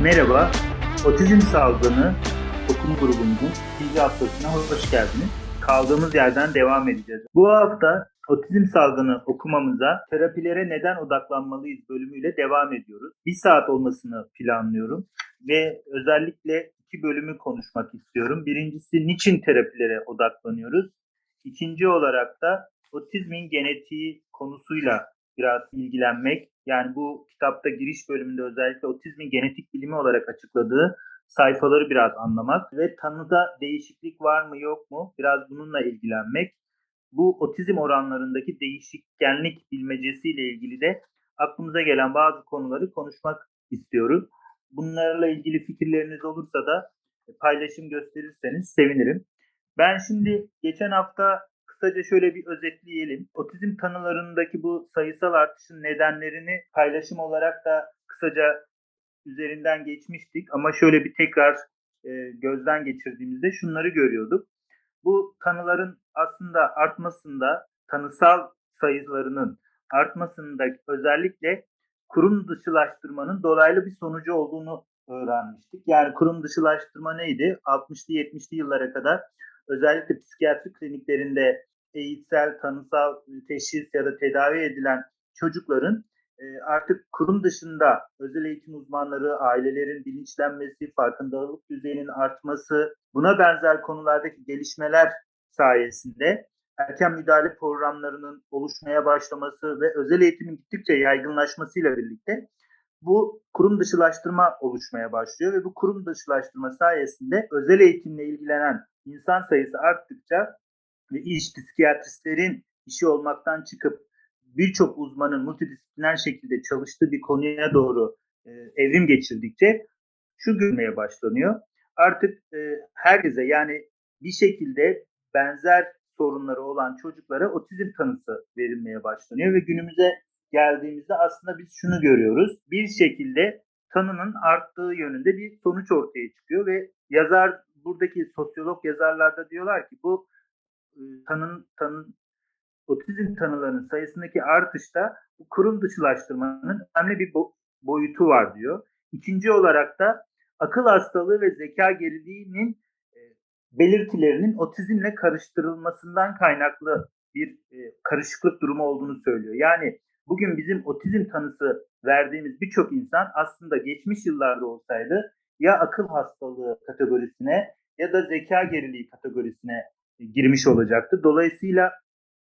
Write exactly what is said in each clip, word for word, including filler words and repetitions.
Merhaba, Otizm Salgını Okuma grubumuzun ikinci haftasına hoş geldiniz. Kaldığımız yerden devam edeceğiz. Bu hafta Otizm Salgını okumamıza terapilere neden odaklanmalıyız bölümüyle devam ediyoruz. Bir saat olmasını planlıyorum ve özellikle iki bölümü konuşmak istiyorum. Birincisi niçin terapilere odaklanıyoruz? İkinci olarak da otizmin genetiği konusuyla biraz ilgilenmek. Yani bu kitapta giriş bölümünde özellikle otizmin genetik bilimi olarak açıkladığı sayfaları biraz anlamak ve tanıda değişiklik var mı yok mu biraz bununla ilgilenmek. Bu otizm oranlarındaki değişkenlik bilmecesiyle ilgili de aklımıza gelen bazı konuları konuşmak istiyoruz. Bunlarla ilgili fikirleriniz olursa da paylaşım gösterirseniz sevinirim. Ben şimdi geçen hafta kısaca şöyle bir özetleyelim. Otizm tanılarındaki bu sayısal artışın nedenlerini paylaşım olarak da kısaca üzerinden geçmiştik ama şöyle bir tekrar e, gözden geçirdiğimizde şunları görüyorduk. Bu tanıların aslında artmasında, tanısal sayılarının artmasında özellikle kurum dışılaştırmanın dolaylı bir sonucu olduğunu öğrenmiştik. Yani kurum dışılaştırma neydi? altmışlı yetmişli yıllara kadar özellikle psikiyatri kliniklerinde eğitsel, tanısal teşhis ya da tedavi edilen çocukların artık kurum dışında özel eğitim uzmanları, ailelerin bilinçlenmesi, farkındalık düzeyinin artması, buna benzer konulardaki gelişmeler sayesinde erken müdahale programlarının oluşmaya başlaması ve özel eğitimin gittikçe yaygınlaşmasıyla birlikte bu kurum dışılaştırma oluşmaya başlıyor ve bu kurum dışılaştırma sayesinde özel eğitimle ilgilenen insan sayısı arttıkça ve iş psikiyatristlerin işi olmaktan çıkıp birçok uzmanın multidisipliner şekilde çalıştığı bir konuya doğru e, evrim geçirdikçe şu görmeye başlanıyor. Artık e, herkese yani bir şekilde benzer sorunları olan çocuklara otizm tanısı verilmeye başlanıyor ve günümüze geldiğimizde aslında biz şunu görüyoruz. Bir şekilde tanının arttığı yönünde bir sonuç ortaya çıkıyor ve yazar buradaki sosyolog yazarlarda diyorlar ki bu e, tanın tanın otizm tanılarının sayısındaki artışta bu kurum dışılaştırmanın önemli bir bo- boyutu var diyor. İkinci olarak da akıl hastalığı ve zeka geriliğinin e, belirtilerinin otizmle karıştırılmasından kaynaklı bir e, karışıklık durumu olduğunu söylüyor. Yani bugün bizim otizm tanısı verdiğimiz birçok insan aslında geçmiş yıllarda olsaydı ya akıl hastalığı kategorisine ya da zeka geriliği kategorisine girmiş olacaktı. Dolayısıyla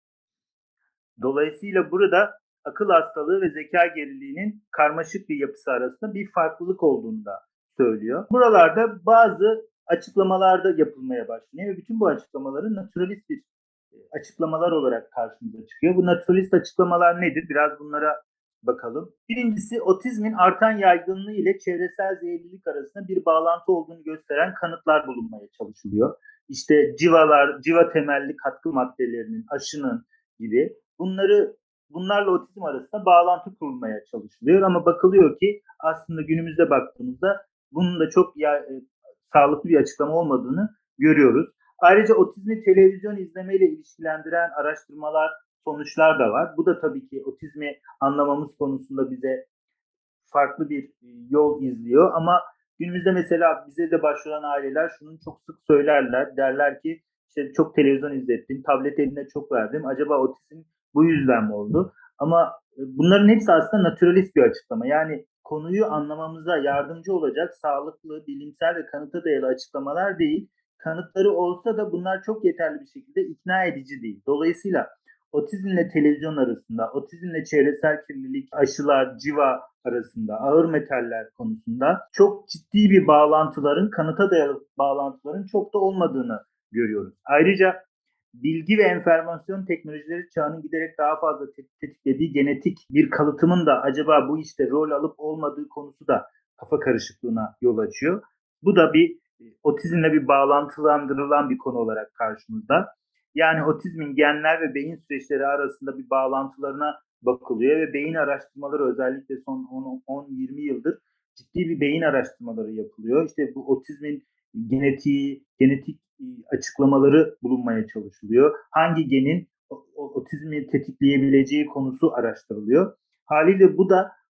Dolayısıyla burada akıl hastalığı ve zeka geriliğinin karmaşık bir yapısı arasında bir farklılık olduğunu da söylüyor. Buralarda bazı açıklamalarda yapılmaya başlanıyor ve bütün bu açıklamaların naturalist bir açıklamalar olarak karşımıza çıkıyor. Bu naturalist açıklamalar nedir? Biraz bunlara bakalım. Birincisi otizmin artan yaygınlığı ile çevresel zehirlilik arasında bir bağlantı olduğunu gösteren kanıtlar bulunmaya çalışılıyor. İşte civalar, civa temelli katkı maddelerinin, aşının gibi bunları bunlarla otizm arasında bağlantı kurulmaya çalışılıyor ama bakılıyor ki aslında günümüzde baktığımızda bunun da çok ya, e, sağlıklı bir açıklama olmadığını görüyoruz. Ayrıca otizmi televizyon izlemeyle ilişkilendiren araştırmalar, sonuçlar da var. Bu da tabii ki otizmi anlamamız konusunda bize farklı bir yol izliyor ama günümüzde mesela bize de başvuran aileler şunu çok sık söylerler. Derler ki işte çok televizyon izlettim, tablet eline çok verdim. Acaba otizm bu yüzden mi oldu? Ama bunların hepsi aslında naturalist bir açıklama. Yani konuyu anlamamıza yardımcı olacak sağlıklı, bilimsel ve kanıta dayalı açıklamalar değil. Kanıtları olsa da bunlar çok yeterli bir şekilde ikna edici değil. Dolayısıyla otizmle televizyon arasında, otizmle çevresel kirlilik, aşılar, civa arasında, ağır metaller konusunda çok ciddi bir bağlantıların, kanıta dayalı bağlantıların çok da olmadığını görüyoruz. Ayrıca bilgi ve enformasyon teknolojileri çağının giderek daha fazla tetiklediği genetik bir kalıtımın da acaba bu işte rol alıp olmadığı konusu da kafa karışıklığına yol açıyor. Bu da bir otizmle bir bağlantılandırılan bir konu olarak karşımızda. Yani otizmin genler ve beyin süreçleri arasında bir bağlantılarına bakılıyor ve beyin araştırmaları özellikle son on yirmi yıldır ciddi bir beyin araştırmaları yapılıyor. İşte bu otizmin genetiği, genetik açıklamaları bulunmaya çalışılıyor. Hangi genin otizmi tetikleyebileceği konusu araştırılıyor. Haliyle bu da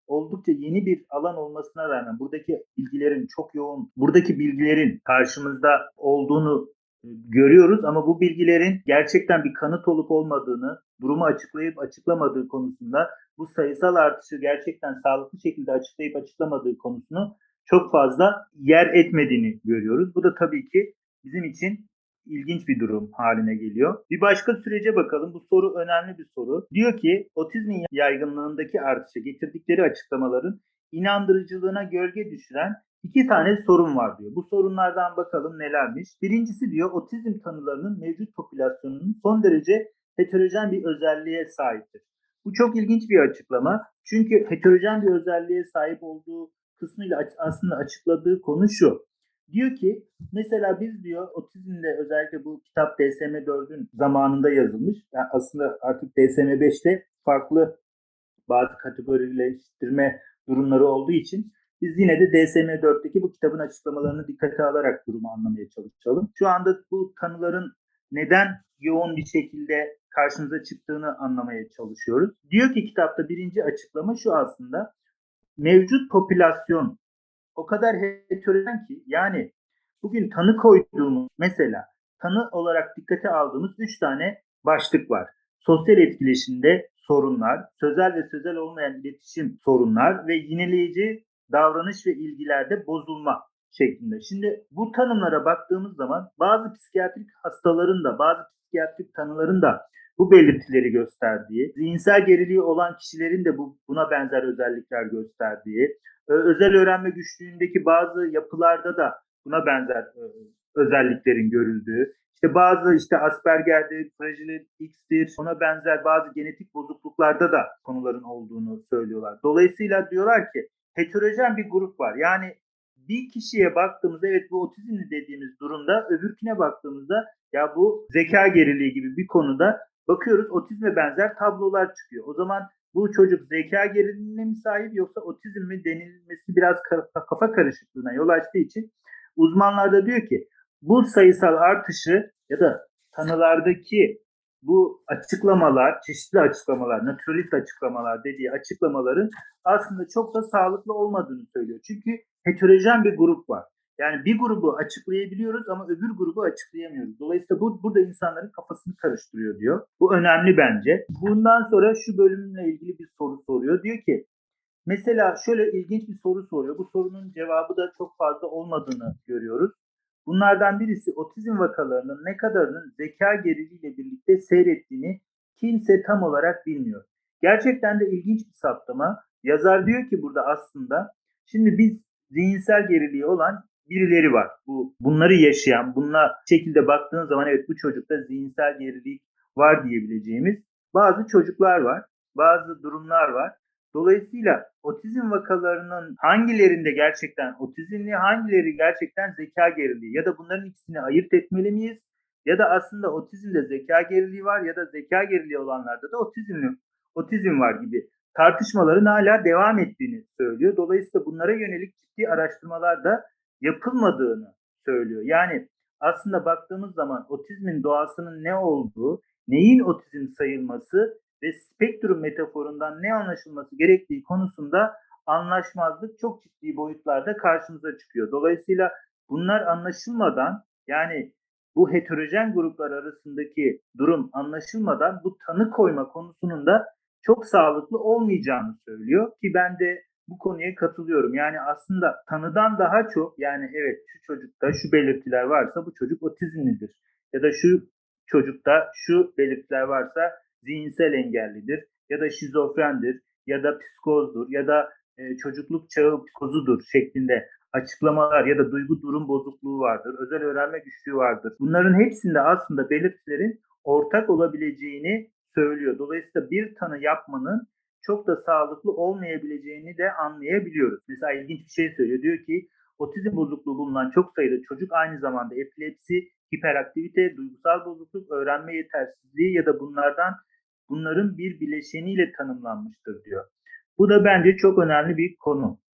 oldukça yeni bir alan olmasına rağmen buradaki bilgilerin çok yoğun, buradaki bilgilerin karşımızda olduğunu görüyoruz ama bu bilgilerin gerçekten bir kanıt olup olmadığını, durumu açıklayıp açıklamadığı konusunda, bu sayısal artışı gerçekten sağlıklı şekilde açıklayıp açıklamadığı konusunu çok fazla yer etmediğini görüyoruz. Bu da tabii ki bizim için ilginç bir durum haline geliyor. Bir başka sürece bakalım. Bu soru önemli bir soru. Diyor ki otizmin yaygınlığındaki artışı getirdikleri açıklamaların inandırıcılığına gölge düşüren iki tane sorun var diyor. Bu sorunlardan bakalım nelermiş. Birincisi diyor otizm tanılarının mevcut popülasyonunun son derece heterojen bir özelliğe sahiptir. Bu çok ilginç bir açıklama. Çünkü heterojen bir özelliğe sahip olduğu kısmıyla aslında açıkladığı konu şu. Diyor ki mesela biz diyor otizmde özellikle bu kitap D S M dördün zamanında yazılmış. Yani aslında artık D S M beşte farklı bazı kategorileştirme durumları olduğu için biz yine de D S M dörtteki bu kitabın açıklamalarını dikkate alarak durumu anlamaya çalışalım. Şu anda bu tanıların neden yoğun bir şekilde karşımıza çıktığını anlamaya çalışıyoruz. Diyor ki kitapta birinci açıklama şu aslında. Mevcut popülasyon o kadar heterojen ki yani bugün tanı koyduğumuz mesela tanı olarak dikkate aldığımız üç tane başlık var. Sosyal etkileşimde sorunlar, sözel ve sözel olmayan iletişim sorunlar ve yineleyici davranış ve ilgilerde bozulma şeklinde. Şimdi bu tanımlara baktığımız zaman bazı psikiyatrik hastaların da bazı psikiyatrik tanıların da bu belirtileri gösterdiği, zihinsel geriliği olan kişilerin de bu, buna benzer özellikler gösterdiği, özel öğrenme güçlüğündeki bazı yapılarda da buna benzer özelliklerin görüldüğü, işte bazı işte Asperger'dir, Fragile X'tir, ona benzer bazı genetik bozukluklarda da konuların olduğunu söylüyorlar. Dolayısıyla diyorlar ki heterojen bir grup var. Yani bir kişiye baktığımızda evet bu otizmli dediğimiz durumda öbürküne baktığımızda ya bu zeka geriliği gibi bir konuda bakıyoruz otizme benzer tablolar çıkıyor. O zaman bu çocuk zeka geriliğine mi sahip yoksa otizm mi denilmesi biraz kafa karışıklığına yol açtığı için uzmanlar da diyor ki bu sayısal artışı ya da tanılardaki bu açıklamalar, çeşitli açıklamalar, naturalist açıklamalar dediği açıklamaların aslında çok da sağlıklı olmadığını söylüyor. Çünkü heterojen bir grup var. Yani bir grubu açıklayabiliyoruz ama öbür grubu açıklayamıyoruz. Dolayısıyla bu burada insanların kafasını karıştırıyor diyor. Bu önemli bence. Bundan sonra şu bölümle ilgili bir soru soruyor. Diyor ki mesela şöyle ilginç bir soru soruyor. Bu sorunun cevabı da çok fazla olmadığını görüyoruz. Bunlardan birisi otizm vakalarının ne kadarının zeka geriliğiyle birlikte seyrettiğini kimse tam olarak bilmiyor. Gerçekten de ilginç bir saptama. Yazar diyor ki burada aslında şimdi biz zihinsel geriliği olan birileri var. Bu bunları yaşayan, bununla şekilde baktığın zaman evet bu çocukta zihinsel gerilik var diyebileceğimiz bazı çocuklar var, bazı durumlar var. Dolayısıyla otizm vakalarının hangilerinde gerçekten otizmli, hangileri gerçekten zeka geriliği ya da bunların ikisini ayırt etmeli miyiz? Ya da aslında otizmde zeka geriliği var ya da zeka geriliği olanlarda da otizmli, otizm var gibi tartışmaların hala devam ettiğini söylüyor. Dolayısıyla bunlara yönelik ciddi araştırmalar da yapılmadığını söylüyor. Yani aslında baktığımız zaman otizmin doğasının ne olduğu, neyin otizm sayılması ve spektrum metaforundan ne anlaşılması gerektiği konusunda anlaşmazlık çok ciddi boyutlarda karşımıza çıkıyor. Dolayısıyla bunlar anlaşılmadan yani bu heterojen gruplar arasındaki durum anlaşılmadan bu tanı koyma konusunun da çok sağlıklı olmayacağını söylüyor ki ben de bu konuya katılıyorum. Yani aslında tanıdan daha çok yani evet şu çocukta şu belirtiler varsa bu çocuk otizmlidir ya da şu çocukta şu belirtiler varsa zihinsel engellidir ya da şizofrendir ya da psikozdur ya da e, çocukluk çağı psikozudur şeklinde açıklamalar ya da duygu durum bozukluğu vardır, özel öğrenme güçlüğü vardır. Bunların hepsinde aslında belirtilerin ortak olabileceğini söylüyor. Dolayısıyla bir tanı yapmanın çok da sağlıklı olmayabileceğini de anlayabiliyoruz. Mesela ilginç bir şey söylüyor. Diyor ki otizm bozukluğu bulunan çok sayıda çocuk aynı zamanda epilepsi, hiperaktivite, duygusal bozukluk, öğrenme yetersizliği ya da bunlardan bunların bir bileşeniyle tanımlanmıştır diyor. Bu da bence çok önemli bir konu.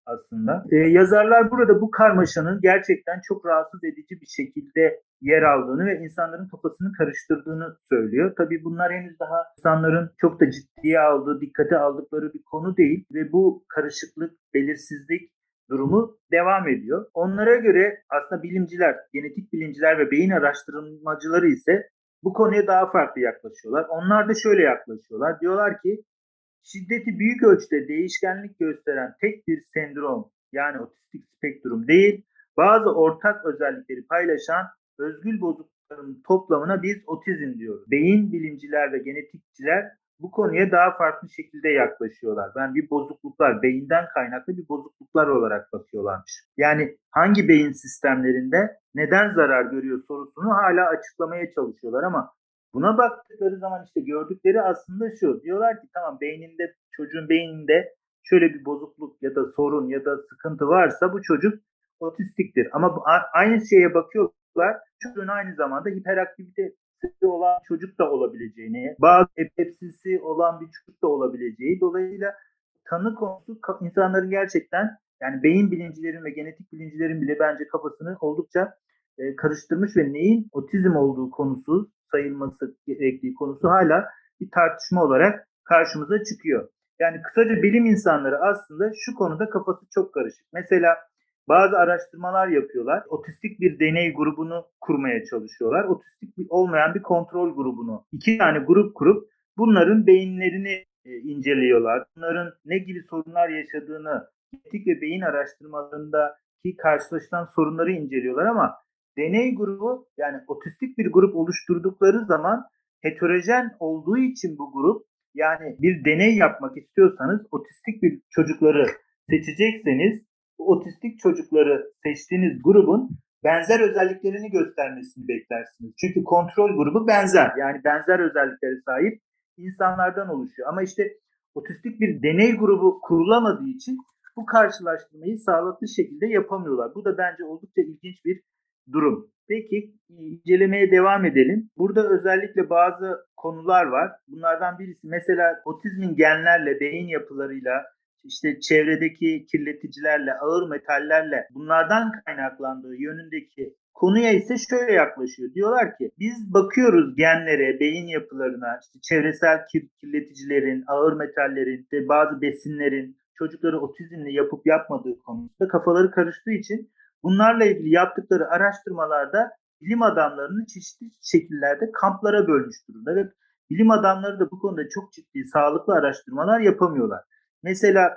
aslında. Ee, yazarlar burada bu karmaşanın gerçekten çok rahatsız edici bir şekilde yer aldığını ve insanların kafasını karıştırdığını söylüyor. Tabii bunlar henüz daha insanların çok da ciddiye aldığı, dikkate aldıkları bir konu değil ve bu karışıklık, belirsizlik durumu devam ediyor. Onlara göre aslında bilimciler, genetik bilimciler ve beyin araştırmacıları ise bu konuya daha farklı yaklaşıyorlar. Onlar da şöyle yaklaşıyorlar. Diyorlar ki şiddeti büyük ölçüde değişkenlik gösteren tek bir sendrom yani otistik spektrum değil, bazı ortak özellikleri paylaşan özgül bozuklukların toplamına biz otizm diyoruz. Beyin bilimciler ve genetikçiler bu konuya daha farklı şekilde yaklaşıyorlar. Yani bir bozukluklar, beyinden kaynaklı bir bozukluklar olarak bakıyorlarmış. Yani hangi beyin sistemlerinde neden zarar görüyor sorusunu hala açıklamaya çalışıyorlar ama buna baktıkları zaman işte gördükleri aslında şu. Diyorlar ki tamam beyninde, çocuğun beyninde şöyle bir bozukluk ya da sorun ya da sıkıntı varsa bu çocuk otistiktir. Ama aynı şeye bakıyorlar. Çocuğun aynı zamanda hiperaktivitesi olan çocuk da olabileceğini, bazı epilepsisi olan bir çocuk da olabileceği. Dolayısıyla tanı konusu insanların gerçekten yani beyin bilimcilerin ve genetik bilimcilerin bile bence kafasını oldukça e, karıştırmış ve neyin otizm olduğu konusu sayılması gerektiği konusu hala bir tartışma olarak karşımıza çıkıyor. Yani kısaca bilim insanları aslında şu konuda kafası çok karışık. Mesela bazı araştırmalar yapıyorlar. Otistik bir deney grubunu kurmaya çalışıyorlar. Otistik olmayan bir kontrol grubunu. İki tane grup kurup bunların beyinlerini e, inceliyorlar. Bunların ne gibi sorunlar yaşadığını, genetik ve beyin araştırmalarındaki karşılaşılan sorunları inceliyorlar ama deney grubu yani otistik bir grup oluşturdukları zaman heterojen olduğu için bu grup yani bir deney yapmak istiyorsanız otistik bir çocukları seçecekseniz bu otistik çocukları seçtiğiniz grubun benzer özelliklerini göstermesini beklersiniz. Çünkü kontrol grubu benzer yani benzer özelliklere sahip insanlardan oluşuyor. Ama işte otistik bir deney grubu kurulamadığı için bu karşılaştırmayı sağlıklı şekilde yapamıyorlar. Bu da bence oldukça ilginç bir durum. Peki incelemeye devam edelim. Burada özellikle bazı konular var. Bunlardan birisi mesela otizmin genlerle, beyin yapılarıyla, işte çevredeki kirleticilerle, ağır metallerle bunlardan kaynaklandığı yönündeki konuya ise şöyle yaklaşıyor. Diyorlar ki biz bakıyoruz genlere, beyin yapılarına, işte çevresel kir- kirleticilerin, ağır metallerin, işte bazı besinlerin çocukları otizmle yapıp yapmadığı konusunda kafaları karıştığı için bunlarla ilgili yaptıkları araştırmalarda bilim adamlarını çeşitli şekillerde kamplara bölmüş durumda ve bilim adamları da bu konuda çok ciddi sağlıklı araştırmalar yapamıyorlar. Mesela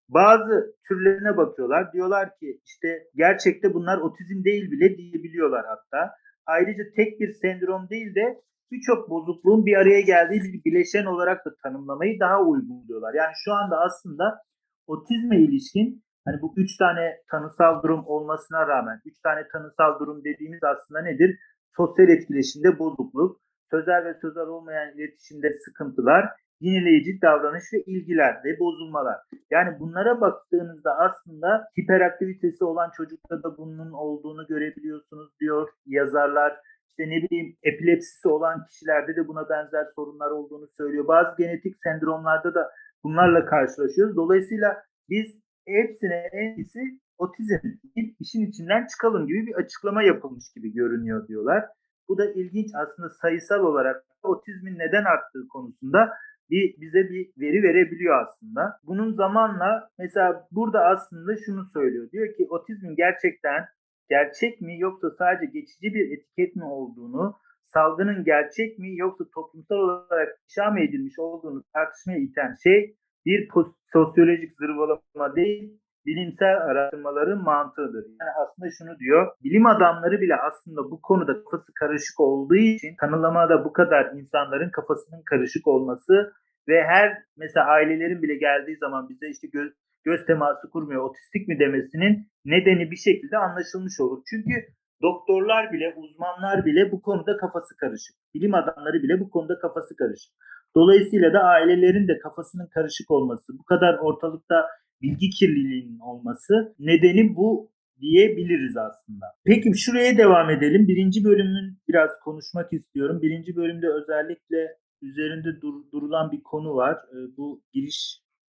bazı türlerine bakıyorlar. Diyorlar ki işte gerçekte bunlar otizm değil bile diyebiliyorlar hatta. Ayrıca tek bir sendrom değil de birçok bozukluğun bir araya geldiği bir bileşen olarak da tanımlamayı daha uygun diyorlar. Yani şu anda aslında otizme ilişkin hani bu üç tane tanısal durum olmasına rağmen, üç tane tanısal durum dediğimiz aslında nedir? Sosyal etkileşimde bozukluk, sözel ve sözel olmayan iletişimde sıkıntılar, yenileyici davranış ve ilgiler ve bozulmalar. Yani bunlara baktığınızda aslında hiperaktivitesi olan çocukta da bunun olduğunu görebiliyorsunuz diyor yazarlar. İşte ne bileyim epilepsisi olan kişilerde de buna benzer sorunlar olduğunu söylüyor. Bazı genetik sendromlarda da bunlarla karşılaşıyoruz. Dolayısıyla biz hepsine en iyisi otizm deyip işin içinden çıkalım gibi bir açıklama yapılmış gibi görünüyor diyorlar. Bu da ilginç aslında sayısal olarak otizmin neden arttığı konusunda bir bize bir veri verebiliyor aslında. Bunun zamanla mesela burada aslında şunu söylüyor. Diyor ki otizmin gerçekten gerçek mi yoksa sadece geçici bir etiket mi olduğunu, salgının gerçek mi yoksa toplumsal olarak inşa mı edilmiş olduğunu tartışmaya iten şey bir sosyolojik zırvalama değil, bilimsel araştırmaların mantığıdır. Yani aslında şunu diyor, bilim adamları bile aslında bu konuda kafası karışık olduğu için tanımlamada bu kadar insanların kafasının karışık olması ve her mesela ailelerin bile geldiği zaman bize işte göz, göz teması kurmuyor, otistik mi demesinin nedeni bir şekilde anlaşılmış olur. Çünkü doktorlar bile, uzmanlar bile bu konuda kafası karışık. Bilim adamları bile bu konuda kafası karışık. Dolayısıyla da ailelerin de kafasının karışık olması, bu kadar ortalıkta bilgi kirliliğinin olması nedeni bu diyebiliriz aslında. Peki şuraya devam edelim. Birinci bölümün biraz konuşmak istiyorum. Birinci bölümde özellikle üzerinde dur, durulan bir konu var. Bu giriş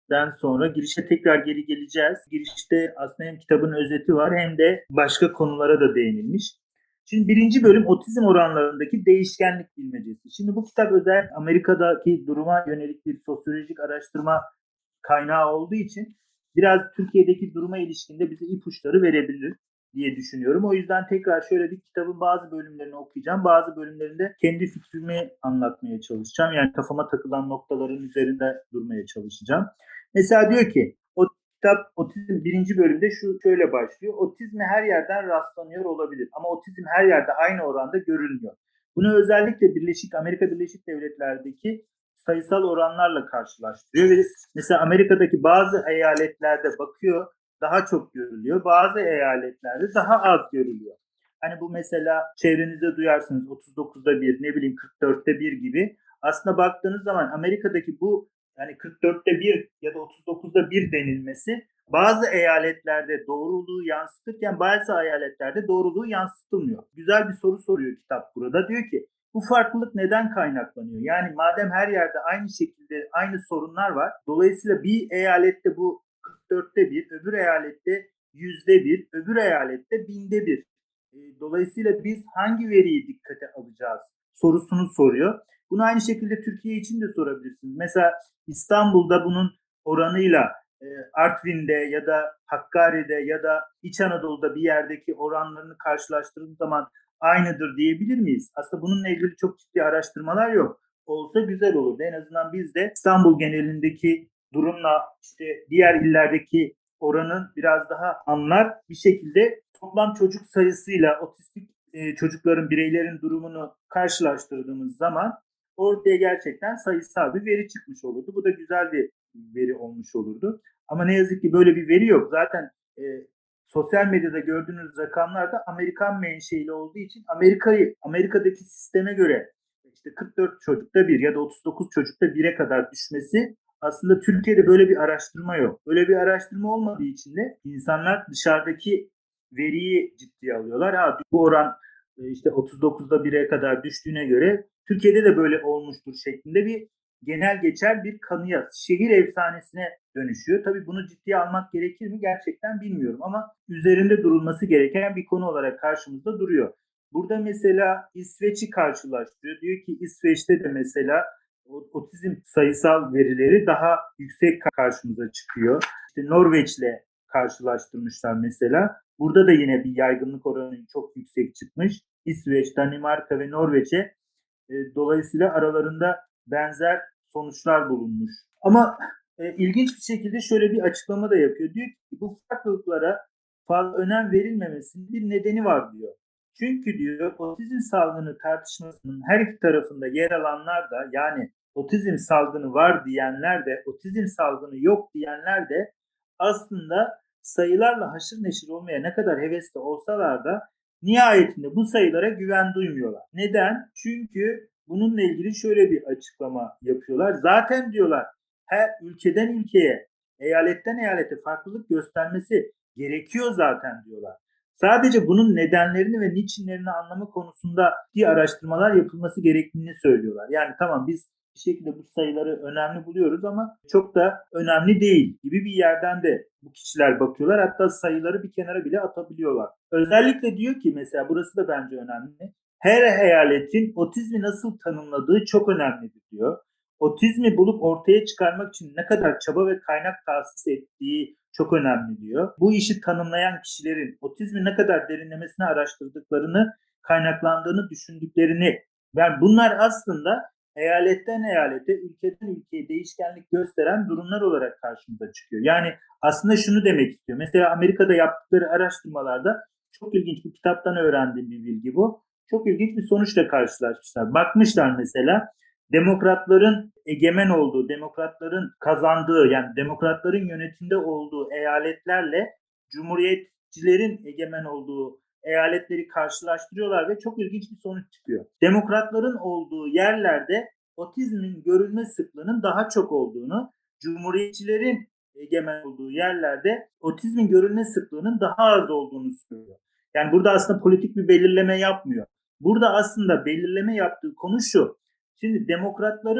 girişten sonra girişe tekrar geri geleceğiz. Girişte aslında hem kitabın özeti var hem de başka konulara da değinilmiş. Şimdi birinci bölüm otizm oranlarındaki değişkenlik bilmecesi. Şimdi bu kitap özel Amerika'daki duruma yönelik bir sosyolojik araştırma kaynağı olduğu için biraz Türkiye'deki duruma ilişkinde bize ipuçları verebilir diye düşünüyorum. O yüzden tekrar şöyle bir kitabın bazı bölümlerini okuyacağım. Bazı bölümlerinde kendi fikrimi anlatmaya çalışacağım. Yani kafama takılan noktaların üzerinde durmaya çalışacağım. Mesela diyor ki o kitap otizm birinci bölümde şu şöyle başlıyor. Otizme her yerden rastlanıyor olabilir ama otizm her yerde aynı oranda görülmüyor. Bunu özellikle Birleşik Amerika Birleşik Devletleri'ndeki sayısal oranlarla karşılaştırıyor ve mesela Amerika'daki bazı eyaletlerde bakıyor daha çok görülüyor. Bazı eyaletlerde daha az görülüyor. Hani bu mesela çevrenizde duyarsınız otuz dokuzda bir, ne bileyim kırk dörtte bir gibi. Aslında baktığınız zaman Amerika'daki bu yani kırk dörtte bir ya da otuz dokuzda bir denilmesi bazı eyaletlerde doğruluğu yansıtırken bazı eyaletlerde doğruluğu yansıtılmıyor. Güzel bir soru soruyor kitap burada. Diyor ki bu farklılık neden kaynaklanıyor? Yani madem her yerde aynı şekilde aynı sorunlar var. Dolayısıyla bir eyalette bu kırk dörtte bir, öbür eyalette yüzde bir, öbür eyalette binde bir. Dolayısıyla biz hangi veriyi dikkate alacağız sorusunu soruyor. Bunu aynı şekilde Türkiye için de sorabilirsiniz. Mesela İstanbul'da bunun oranıyla Artvin'de ya da Hakkari'de ya da İç Anadolu'da bir yerdeki oranlarını karşılaştırdığımız zaman aynıdır diyebilir miyiz? Aslında bununla ilgili çok ciddi araştırmalar yok. Olsa güzel olurdu. En azından biz de İstanbul genelindeki durumla işte diğer illerdeki oranın biraz daha anlar bir şekilde toplam çocuk sayısıyla otistik e, çocukların, bireylerin durumunu karşılaştırdığımız zaman ortaya gerçekten sayısal bir veri çıkmış olurdu. Bu da güzel bir veri olmuş olurdu. Ama ne yazık ki böyle bir veri yok. Zaten e, sosyal medyada gördüğünüz rakamlar da Amerikan menşeili olduğu için Amerika'yı Amerika'daki sisteme göre işte kırk dört çocukta bir ya da otuz dokuz çocukta bire kadar düşmesi, aslında Türkiye'de böyle bir araştırma yok. Böyle bir araştırma olmadığı için de insanlar dışarıdaki veriyi ciddiye alıyorlar. Ha, bu oran işte otuz dokuzda bire kadar düştüğüne göre Türkiye'de de böyle olmuştur şeklinde bir genel geçer bir kanıya, şehir efsanesine dönüşüyor. Tabii bunu ciddiye almak gerekir mi gerçekten bilmiyorum ama üzerinde durulması gereken bir konu olarak karşımızda duruyor. Burada mesela İsveç'i karşılaştırıyor. Diyor ki İsveç'te de mesela otizm sayısal verileri daha yüksek karşımıza çıkıyor. İşte Norveç'le karşılaştırmışlar mesela. Burada da yine bir yaygınlık oranı çok yüksek çıkmış. İsveç, Danimarka ve Norveç'e e, dolayısıyla aralarında benzer sonuçlar bulunmuş. Ama e, ilginç bir şekilde şöyle bir açıklama da yapıyor. Diyor ki bu farklılıklara fazla önem verilmemesinin bir nedeni var diyor. Çünkü diyor otizm salgını tartışmasının her iki tarafında yer alanlar da, yani otizm salgını var diyenler de otizm salgını yok diyenler de aslında sayılarla haşır neşir olmaya ne kadar hevesli olsalar da nihayetinde bu sayılara güven duymuyorlar. Neden? Çünkü bununla ilgili şöyle bir açıklama yapıyorlar. Zaten diyorlar her ülkeden ülkeye, eyaletten eyalete farklılık göstermesi gerekiyor zaten diyorlar. Sadece bunun nedenlerini ve niçinlerini anlama konusunda bir araştırmalar yapılması gerektiğini söylüyorlar. Yani tamam biz bir şekilde bu sayıları önemli buluyoruz ama çok da önemli değil gibi bir yerden de bu kişiler bakıyorlar. Hatta sayıları bir kenara bile atabiliyorlar. Özellikle diyor ki mesela burası da bence önemli. Her eyaletin otizmi nasıl tanımladığı çok önemlidir diyor. Otizmi bulup ortaya çıkarmak için ne kadar çaba ve kaynak tahsis ettiği çok önemli diyor. Bu işi tanımlayan kişilerin otizmi ne kadar derinlemesine araştırdıklarını, kaynaklandığını düşündüklerini, yani bunlar aslında eyaletten eyalete, ülkeden ülkeye değişkenlik gösteren durumlar olarak karşımıza çıkıyor. Yani aslında şunu demek istiyor. Mesela Amerika'da yaptıkları araştırmalarda çok ilginç, bir kitaptan öğrendiğim bir bilgi bu. Çok ilginç bir sonuçla karşılaşmışlar. Bakmışlar mesela demokratların egemen olduğu, demokratların kazandığı, yani demokratların yönetimde olduğu eyaletlerle cumhuriyetçilerin egemen olduğu eyaletleri karşılaştırıyorlar ve çok ilginç bir sonuç çıkıyor. Demokratların olduğu yerlerde otizmin görülme sıklığının daha çok olduğunu, cumhuriyetçilerin egemen olduğu yerlerde otizmin görülme sıklığının daha az olduğunu söylüyor. Yani burada aslında politik bir belirleme yapmıyor. Burada aslında belirleme yaptığı konu şu. Şimdi demokratların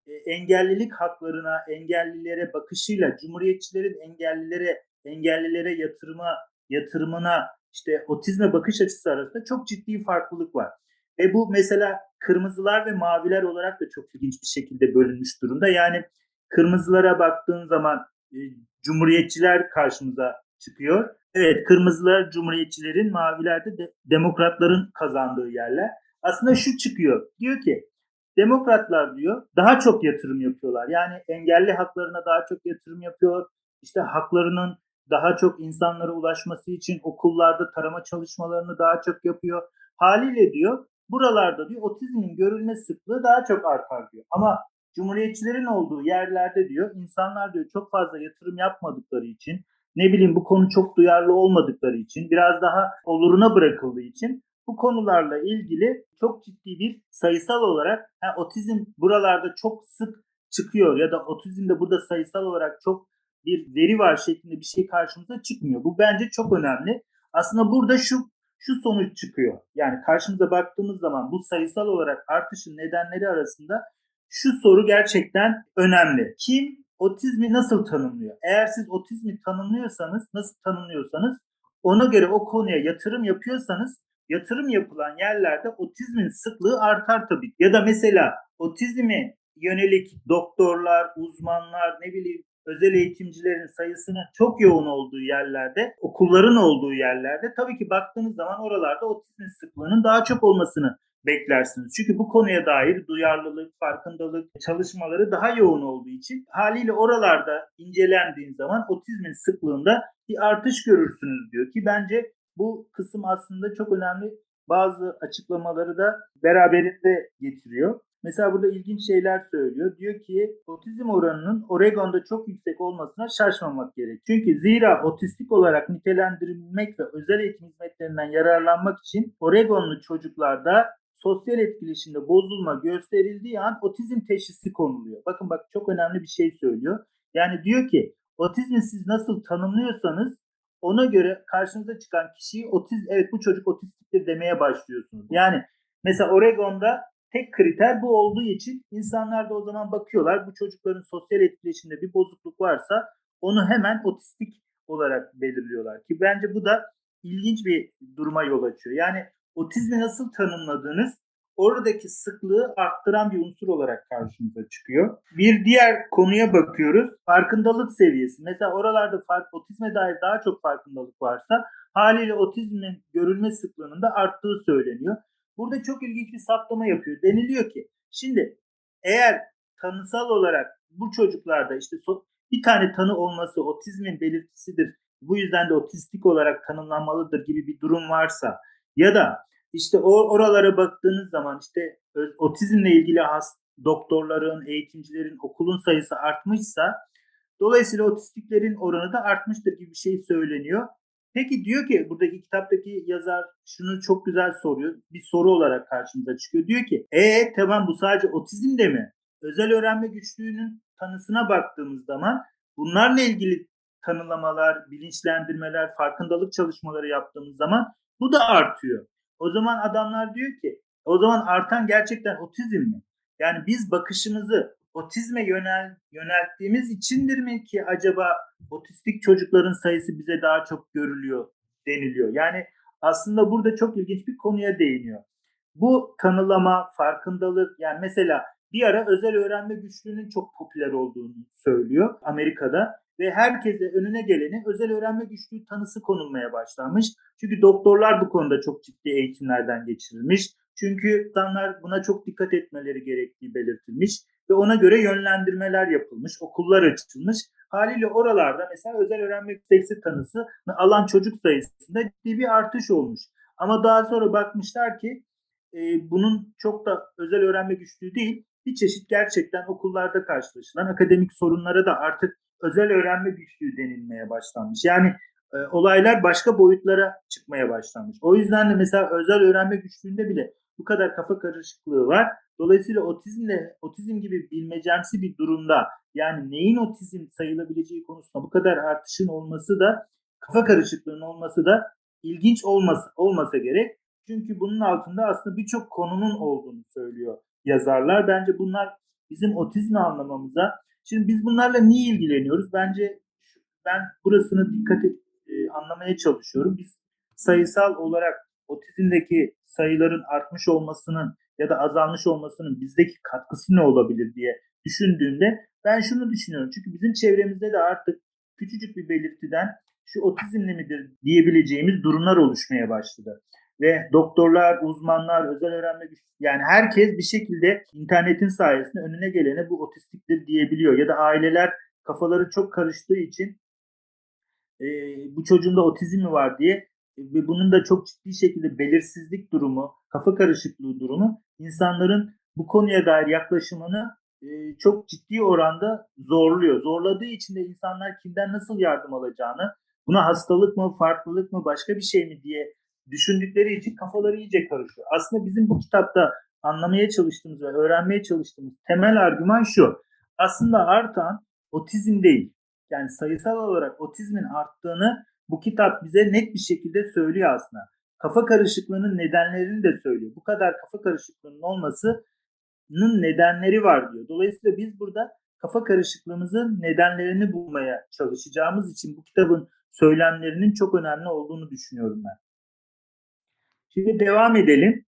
e, engellilik haklarına, engellilere bakışıyla cumhuriyetçilerin engellilere engellilere yatırıma yatırımına işte otizme bakış açısı arasında çok ciddi farklılık var. Ve bu mesela kırmızılar ve maviler olarak da çok ilginç bir şekilde bölünmüş durumda. Yani kırmızılara baktığın zaman e, cumhuriyetçiler karşımıza çıkıyor. Evet, kırmızılar cumhuriyetçilerin, maviler de, de demokratların kazandığı yerler. Aslında şu çıkıyor. Diyor ki demokratlar diyor daha çok yatırım yapıyorlar. Yani engelli haklarına daha çok yatırım yapıyor. İşte haklarının daha çok insanlara ulaşması için okullarda tarama çalışmalarını daha çok yapıyor. Haliyle diyor buralarda diyor otizmin görülme sıklığı daha çok artar diyor. Ama cumhuriyetçilerin olduğu yerlerde diyor insanlar diyor çok fazla yatırım yapmadıkları için, ne bileyim bu konu çok duyarlı olmadıkları için, biraz daha oluruna bırakıldığı için bu konularla ilgili çok ciddi bir sayısal olarak ha, otizm buralarda çok sık çıkıyor ya da otizmde burada sayısal olarak çok bir veri var şeklinde bir şey karşımıza çıkmıyor. Bu bence çok önemli. Aslında burada şu şu sonuç çıkıyor. Yani karşımıza baktığımız zaman bu sayısal olarak artışın nedenleri arasında şu soru gerçekten önemli. Kim otizmi nasıl tanımlıyor? Eğer siz otizmi tanımlıyorsanız, nasıl tanımlıyorsanız ona göre o konuya yatırım yapıyorsanız yatırım yapılan yerlerde otizmin sıklığı artar tabii. Ya da mesela otizme yönelik doktorlar, uzmanlar, ne bileyim özel eğitimcilerin sayısının çok yoğun olduğu yerlerde, okulların olduğu yerlerde tabii ki baktığınız zaman oralarda otizmin sıklığının daha çok olmasını beklersiniz. Çünkü bu konuya dair duyarlılık, farkındalık çalışmaları daha yoğun olduğu için haliyle oralarda incelendiğin zaman otizmin sıklığında bir artış görürsünüz diyor ki bence bu kısım aslında çok önemli. Bazı açıklamaları da beraberinde getiriyor. Mesela burada ilginç şeyler söylüyor. Diyor ki otizm oranının Oregon'da çok yüksek olmasına şaşmamak gerek. Çünkü zira otistik olarak nitelendirilmek ve özel eğitim hizmetlerinden yararlanmak için Oregonlu çocuklarda sosyal etkileşimde bozulma gösterildiği an otizm teşhisi konuluyor. Bakın bak çok önemli bir şey söylüyor. Yani diyor ki otizmi siz nasıl tanımlıyorsanız ona göre karşınıza çıkan kişiyi otiz evet bu çocuk otistiktir demeye başlıyorsunuz. Yani mesela Oregon'da tek kriter bu olduğu için insanlar da o zaman bakıyorlar bu çocukların sosyal etkileşimde bir bozukluk varsa onu hemen otistik olarak belirliyorlar ki bence bu da ilginç bir duruma yol açıyor. Yani otizmi nasıl tanımladığınız oradaki sıklığı arttıran bir unsur olarak karşımıza çıkıyor. Bir diğer konuya bakıyoruz. Farkındalık seviyesi. Mesela oralarda fark, otizme dair daha çok farkındalık varsa haliyle otizmin görülme sıklığının da arttığı söyleniyor. Burada çok ilginç bir saptama yapıyor. Deniliyor ki şimdi eğer tanısal olarak bu çocuklarda işte bir tane tanı olması otizmin belirtisidir, bu yüzden de otistik olarak tanımlanmalıdır gibi bir durum varsa ya da işte oralara baktığınız zaman işte otizmle ilgili has, doktorların, eğitimcilerin, okulun sayısı artmışsa dolayısıyla otistiklerin oranı da artmıştır gibi bir şey söyleniyor. Peki diyor ki buradaki kitaptaki yazar şunu çok güzel soruyor. Bir soru olarak karşımıza çıkıyor. Diyor ki ee tamam bu sadece otizm de mi? Özel öğrenme güçlüğünün tanısına baktığımız zaman bunlarla ilgili tanımlamalar, bilinçlendirmeler, farkındalık çalışmaları yaptığımız zaman bu da artıyor. O zaman adamlar diyor ki o zaman artan gerçekten otizm mi? Yani biz bakışımızı otizme yönel, yönelttiğimiz içindir mi ki acaba otistik çocukların sayısı bize daha çok görülüyor deniliyor. Yani aslında burada çok ilginç bir konuya değiniyor. Bu tanılama, farkındalık yani mesela bir ara özel öğrenme güçlüğünün çok popüler olduğunu söylüyor Amerika'da ve herkese önüne geleni özel öğrenme güçlüğü tanısı konulmaya başlanmış. Çünkü doktorlar bu konuda çok ciddi eğitimlerden geçirilmiş. Çünkü insanlar buna çok dikkat etmeleri gerektiği belirtilmiş ve ona göre yönlendirmeler yapılmış, okullar açılmış. Haliyle oralarda mesela özel öğrenme güçlüğü tanısı alan çocuk sayısında ciddi bir artış olmuş. Ama daha sonra bakmışlar ki e, bunun çok da özel öğrenme güçlüğü değil, bir çeşit gerçekten okullarda karşılaşılan akademik sorunlara da artık özel öğrenme güçlüğü denilmeye başlanmış. Yani e, olaylar başka boyutlara çıkmaya başlanmış. O yüzden de mesela özel öğrenme güçlüğünde bile bu kadar kafa karışıklığı var. Dolayısıyla otizmle, otizm gibi bilmecemsi bir durumda yani neyin otizm sayılabileceği konusunda bu kadar artışın olması da kafa karışıklığının olması da ilginç olmasa, olmasa gerek. Çünkü bunun altında aslında birçok konunun olduğunu söylüyor yazarlar. Bence bunlar bizim otizmi anlamamıza. Şimdi biz bunlarla niye ilgileniyoruz? Bence ben burasını dikkat et, e, anlamaya çalışıyorum. Biz sayısal olarak otizmdeki sayıların artmış olmasının ya da azalmış olmasının bizdeki katkısı ne olabilir diye düşündüğümde ben şunu düşünüyorum. Çünkü bizim çevremizde de artık küçücük bir belirtiden şu otizmli midir diyebileceğimiz durumlar oluşmaya başladı. Ve doktorlar, uzmanlar, özel öğrenme güç, yani herkes bir şekilde internetin sayesinde önüne gelene bu otistiktir diyebiliyor. Ya da aileler kafaları çok karıştığı için e, bu çocuğunda otizm mi var diye ve bunun da çok ciddi şekilde belirsizlik durumu, kafa karışıklığı durumu insanların bu konuya dair yaklaşımını e, çok ciddi oranda zorluyor. Zorladığı için de insanlar kimden nasıl yardım alacağını, buna hastalık mı, farklılık mı, başka bir şey mi diye düşündükleri için kafaları iyice karışıyor. Aslında bizim bu kitapta anlamaya çalıştığımız ve öğrenmeye çalıştığımız temel argüman şu. Aslında artan otizm değil. Yani sayısal olarak otizmin arttığını bu kitap bize net bir şekilde söylüyor aslında. Kafa karışıklığının nedenlerini de söylüyor. Bu kadar kafa karışıklığının olmasının nedenleri var diyor. Dolayısıyla biz burada kafa karışıklığımızın nedenlerini bulmaya çalışacağımız için bu kitabın söylemlerinin çok önemli olduğunu düşünüyorum ben. Şimdi devam edelim.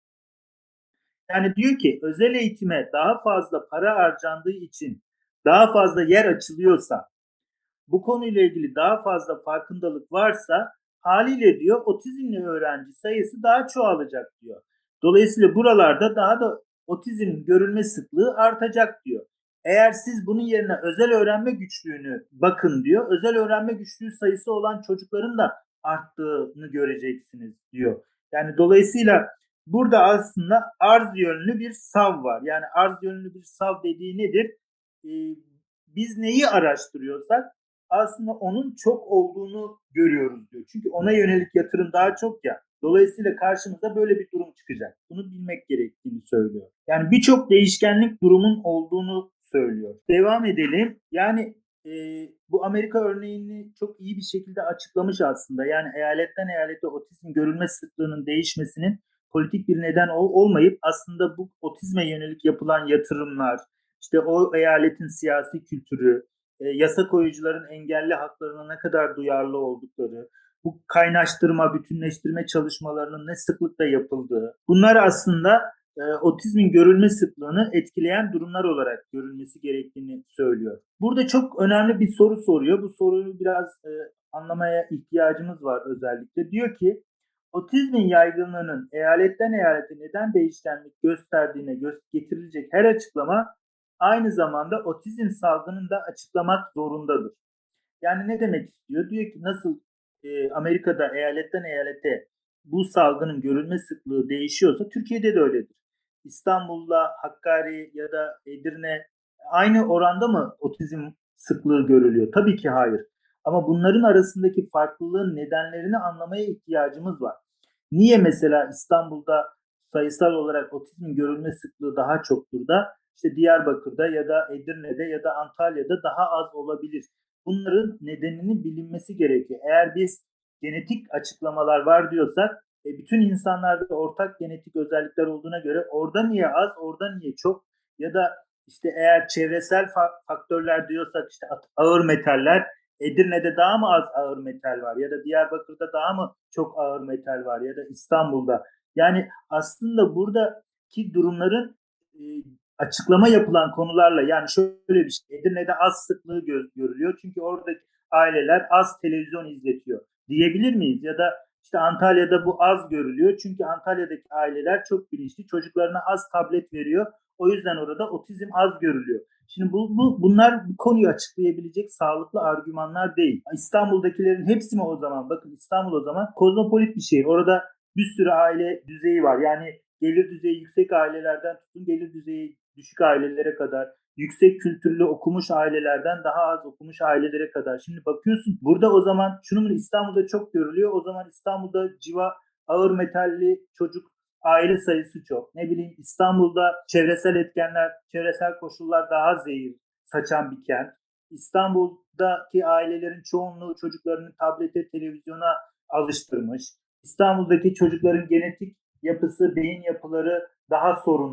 Yani diyor ki özel eğitime daha fazla para harcandığı için daha fazla yer açılıyorsa, bu konuyla ilgili daha fazla farkındalık varsa haliyle diyor otizmli öğrenci sayısı daha çoğalacak diyor. Dolayısıyla buralarda daha da otizmin görülme sıklığı artacak diyor. Eğer siz bunun yerine özel öğrenme güçlüğünü bakın diyor. Özel öğrenme güçlüğü sayısı olan çocukların da arttığını göreceksiniz diyor. Yani dolayısıyla burada aslında arz yönlü bir sav var. Yani arz yönlü bir sav dediği nedir? Ee, biz neyi araştırıyorsak aslında onun çok olduğunu görüyoruz diyor. Çünkü ona yönelik yatırım daha çok ya. Dolayısıyla karşımıza böyle bir durum çıkacak. Bunu bilmek gerektiğini söylüyor. Yani birçok değişkenlik durumun olduğunu söylüyor. Devam edelim. Yani e, bu Amerika örneğini çok iyi bir şekilde açıklamış aslında. Yani eyaletten eyalete otizm görülme sıklığının değişmesinin politik bir neden olmayıp aslında bu otizme yönelik yapılan yatırımlar, işte o eyaletin siyasi kültürü, e, yasa koyucuların engelli haklarına ne kadar duyarlı oldukları, bu kaynaştırma, bütünleştirme çalışmalarının ne sıklıkla yapıldığı, bunlar aslında e, otizmin görülme sıklığını etkileyen durumlar olarak görülmesi gerektiğini söylüyor. Burada çok önemli bir soru soruyor. Bu soruyu biraz e, anlamaya ihtiyacımız var özellikle. Diyor ki, otizmin yaygınlığının eyaletten eyalete neden değişkenlik gösterdiğine gö- getirilecek her açıklama aynı zamanda otizm salgınını da açıklamak zorundadır. Yani ne demek istiyor? Diyor ki nasıl e, Amerika'da eyaletten eyalete bu salgının görülme sıklığı değişiyorsa Türkiye'de de öyledir. İstanbul'da, Hakkari ya da Edirne aynı oranda mı otizm sıklığı görülüyor? Tabii ki hayır. Ama bunların arasındaki farklılığın nedenlerini anlamaya ihtiyacımız var. Niye mesela İstanbul'da sayısal olarak otizm görülme sıklığı daha çoktur da işte Diyarbakır'da ya da Edirne'de ya da Antalya'da daha az olabilir? Bunların nedeninin bilinmesi gerekiyor. Eğer biz genetik açıklamalar var diyorsak e, bütün insanlarda ortak genetik özellikler olduğuna göre orada niye az, orada niye çok? Ya da işte eğer çevresel faktörler diyorsak işte ağır metaller, Edirne'de daha mı az ağır metal var ya da Diyarbakır'da daha mı çok ağır metal var ya da İstanbul'da? Yani aslında buradaki durumların e, açıklama yapılan konularla, yani şöyle bir şey, Edirne'de az sıklığı gö- görülüyor çünkü oradaki aileler az televizyon izletiyor diyebilir miyiz? Ya da işte Antalya'da bu az görülüyor çünkü Antalya'daki aileler çok bilinçli, çocuklarına az tablet veriyor, o yüzden orada otizm az görülüyor. Şimdi bu, bu bunlar bu konuyu açıklayabilecek sağlıklı argümanlar değil. İstanbul'dakilerin hepsi mi o zaman? Bakın İstanbul o zaman kozmopolit bir şehir. Orada bir sürü aile düzeyi var. Yani gelir düzeyi yüksek ailelerden tutun gelir düzeyi düşük ailelere kadar, yüksek kültürlü okumuş ailelerden daha az okumuş ailelere kadar. Şimdi bakıyorsun burada o zaman şunun İstanbul'da çok görülüyor. O zaman İstanbul'da civa ağır metalli çocuk aile sayısı çok. Ne bileyim İstanbul'da çevresel etkenler, çevresel koşullar daha zehir saçan bir kent. İstanbul'daki ailelerin çoğunluğu çocuklarını tablete, televizyona alıştırmış. İstanbul'daki çocukların genetik yapısı, beyin yapıları daha sorunlu.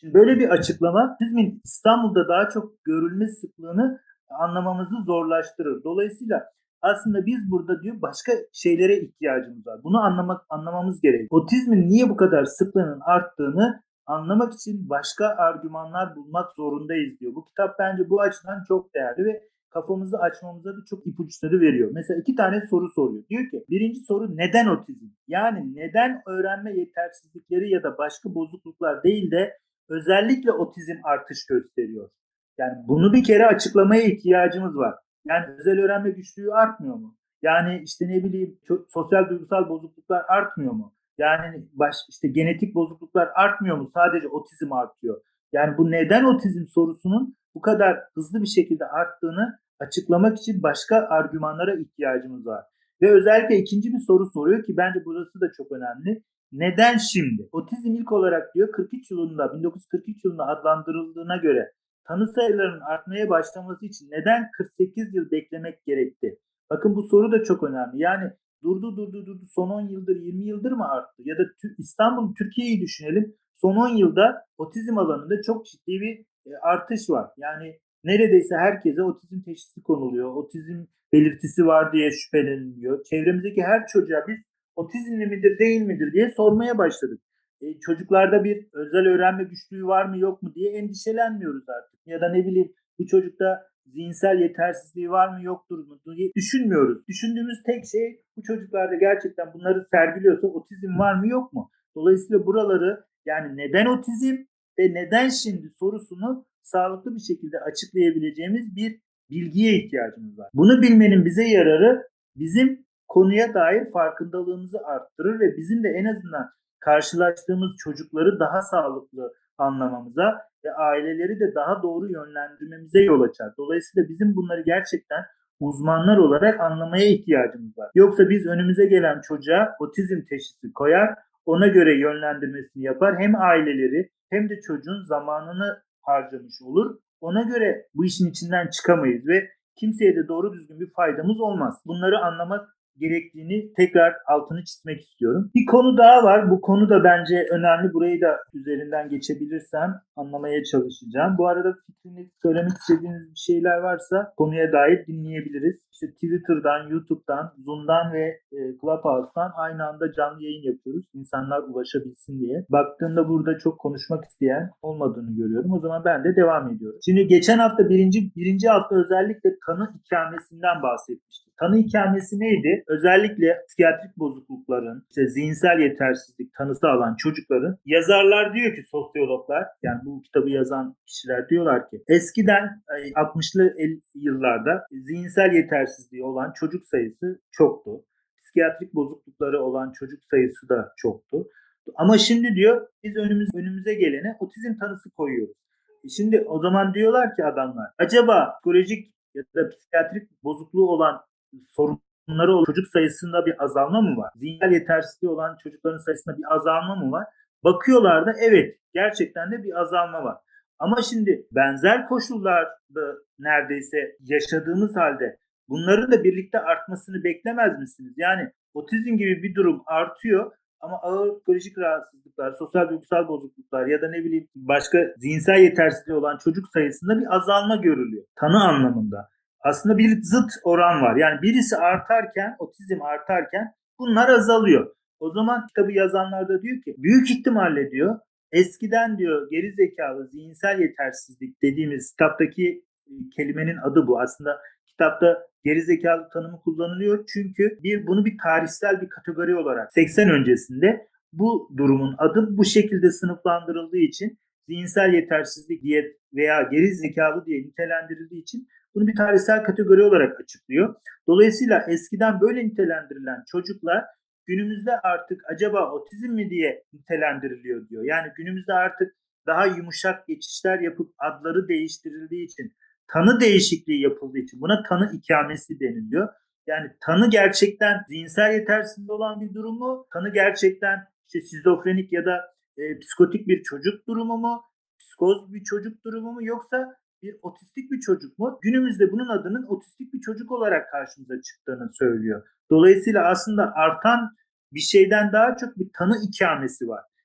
Şimdi böyle bir açıklama otizmin İstanbul'da daha çok görülme sıklığını anlamamızı zorlaştırır. Dolayısıyla aslında biz burada diyor başka şeylere ihtiyacımız var. Bunu anlamak anlamamız gerekiyor. Otizmin niye bu kadar sıklığının arttığını anlamak için başka argümanlar bulmak zorundayız diyor. Bu kitap bence bu açıdan çok değerli ve kafamızı açmamıza da çok ipuçları veriyor. Mesela iki tane soru soruyor. Diyor ki birinci soru neden otizm? Yani neden öğrenme yetersizlikleri ya da başka bozukluklar değil de özellikle otizm artış gösteriyor? Yani bunu bir kere açıklamaya ihtiyacımız var. Yani özel öğrenme güçlüğü artmıyor mu? Yani işte ne bileyim çok, sosyal duygusal bozukluklar artmıyor mu? Yani baş, işte genetik bozukluklar artmıyor mu? Sadece otizm artıyor. Yani bu neden otizm sorusunun bu kadar hızlı bir şekilde arttığını açıklamak için başka argümanlara ihtiyacımız var. Ve özellikle ikinci bir soru soruyor ki bence burası da çok önemli. Neden şimdi? Otizm ilk olarak diyor kırk üç yılında bin dokuz yüz kırk üç yılında adlandırıldığına göre tanı sayılarının artmaya başlaması için neden kırk sekiz yıl beklemek gerekti? Bakın bu soru da çok önemli. Yani durdu durdu durdu son on yıldır yirmi yıldır mı arttı? Ya da İstanbul, Türkiye'yi düşünelim. Son on yılda otizm alanında çok ciddi bir artış var. Yani neredeyse herkese otizm teşhisi konuluyor. Otizm belirtisi var diye şüpheleniliyor. Çevremizdeki her çocuğa biz otizmli midir değil midir diye sormaya başladık. E, çocuklarda bir özel öğrenme güçlüğü var mı yok mu diye endişelenmiyoruz artık. Ya da ne bileyim bu çocukta zihinsel yetersizliği var mı yoktur mu diye düşünmüyoruz. Düşündüğümüz tek şey bu çocuklarda gerçekten bunları sergiliyorsa otizm var mı yok mu? Dolayısıyla buraları yani neden otizm ve neden şimdi sorusunu sağlıklı bir şekilde açıklayabileceğimiz bir bilgiye ihtiyacımız var. Bunu bilmenin bize yararı bizim konuya dair farkındalığımızı arttırır ve bizim de en azından karşılaştığımız çocukları daha sağlıklı anlamamıza ve aileleri de daha doğru yönlendirmemize yol açar. Dolayısıyla bizim bunları gerçekten uzmanlar olarak anlamaya ihtiyacımız var. Yoksa biz önümüze gelen çocuğa otizm teşhisi koyar, ona göre yönlendirmesini yapar. Hem aileleri hem de çocuğun zamanını harcamış olur. Ona göre bu işin içinden çıkamayız ve kimseye de doğru düzgün bir faydamız olmaz. Bunları anlamak gerektiğini tekrar altını çizmek istiyorum. Bir konu daha var. Bu konu da bence önemli. Burayı da üzerinden geçebilirsem anlamaya çalışacağım. Bu arada fikrini söylemek istediğiniz bir şeyler varsa konuya dair dinleyebiliriz. İşte Twitter'dan, YouTube'dan, Zoom'dan ve e, Clubhouse'dan aynı anda canlı yayın yapıyoruz. İnsanlar ulaşabilsin diye. Baktığımda burada çok konuşmak isteyen olmadığını görüyorum. O zaman ben de devam ediyorum. Şimdi geçen hafta birinci, birinci hafta özellikle tanı ikamesinden bahsetmiştik. Tanı ikamesi neydi? Özellikle psikiyatrik bozuklukların, işte zihinsel yetersizlik tanısı alan çocukların yazarlar diyor ki sosyologlar yani bu kitabı yazan kişiler diyorlar ki eskiden altmışlı yıllarda zihinsel yetersizliği olan çocuk sayısı çoktu. Psikiyatrik bozuklukları olan çocuk sayısı da çoktu. Ama şimdi diyor biz önümüz, önümüze gelene otizm tanısı koyuyoruz. Şimdi o zaman diyorlar ki adamlar acaba psikolojik ya da psikiyatrik bozukluğu olan sorunları olan çocuk sayısında bir azalma mı var? Zihinsel yetersizliği olan çocukların sayısında bir azalma mı var? Bakıyorlar da evet gerçekten de bir azalma var. Ama şimdi benzer koşullarda neredeyse yaşadığımız halde bunların da birlikte artmasını beklemez misiniz? Yani otizm gibi bir durum artıyor ama ağır psikolojik rahatsızlıklar, sosyal duygusal bozukluklar ya da ne bileyim başka zihinsel yetersizliği olan çocuk sayısında bir azalma görülüyor. Tanı anlamında. Aslında bir zıt oran var. Yani birisi artarken, otizm artarken bunlar azalıyor. O zaman kitabı yazanlar da diyor ki büyük ihtimalle diyor eskiden diyor geri zekalı zihinsel yetersizlik dediğimiz kitaptaki kelimenin adı bu. Aslında kitapta gerizekalı tanımı kullanılıyor. Çünkü bir bunu bir tarihsel bir kategori olarak seksen öncesinde bu durumun adı bu şekilde sınıflandırıldığı için zihinsel yetersizlik diye veya gerizekalı diye nitelendirildiği için bunu bir tarihsel kategori olarak açıklıyor. Dolayısıyla eskiden böyle nitelendirilen çocuklar günümüzde artık acaba otizm mi diye nitelendiriliyor diyor. Yani günümüzde artık daha yumuşak geçişler yapıp adları değiştirildiği için tanı değişikliği yapıldığı için buna tanı ikamesi deniliyor. Yani tanı gerçekten zihinsel yetersizliği olan bir durum mu? Tanı gerçekten işte şizofrenik ya da e, psikotik bir çocuk durumu mu? Psikoz bir çocuk durumu mu? Yoksa bir otistik bir çocuk mu? Günümüzde bunun adının otistik bir çocuk olarak karşımıza çıktığını söylüyor. Dolayısıyla aslında artan bir şeyden daha çok bir tanı ikamesi var.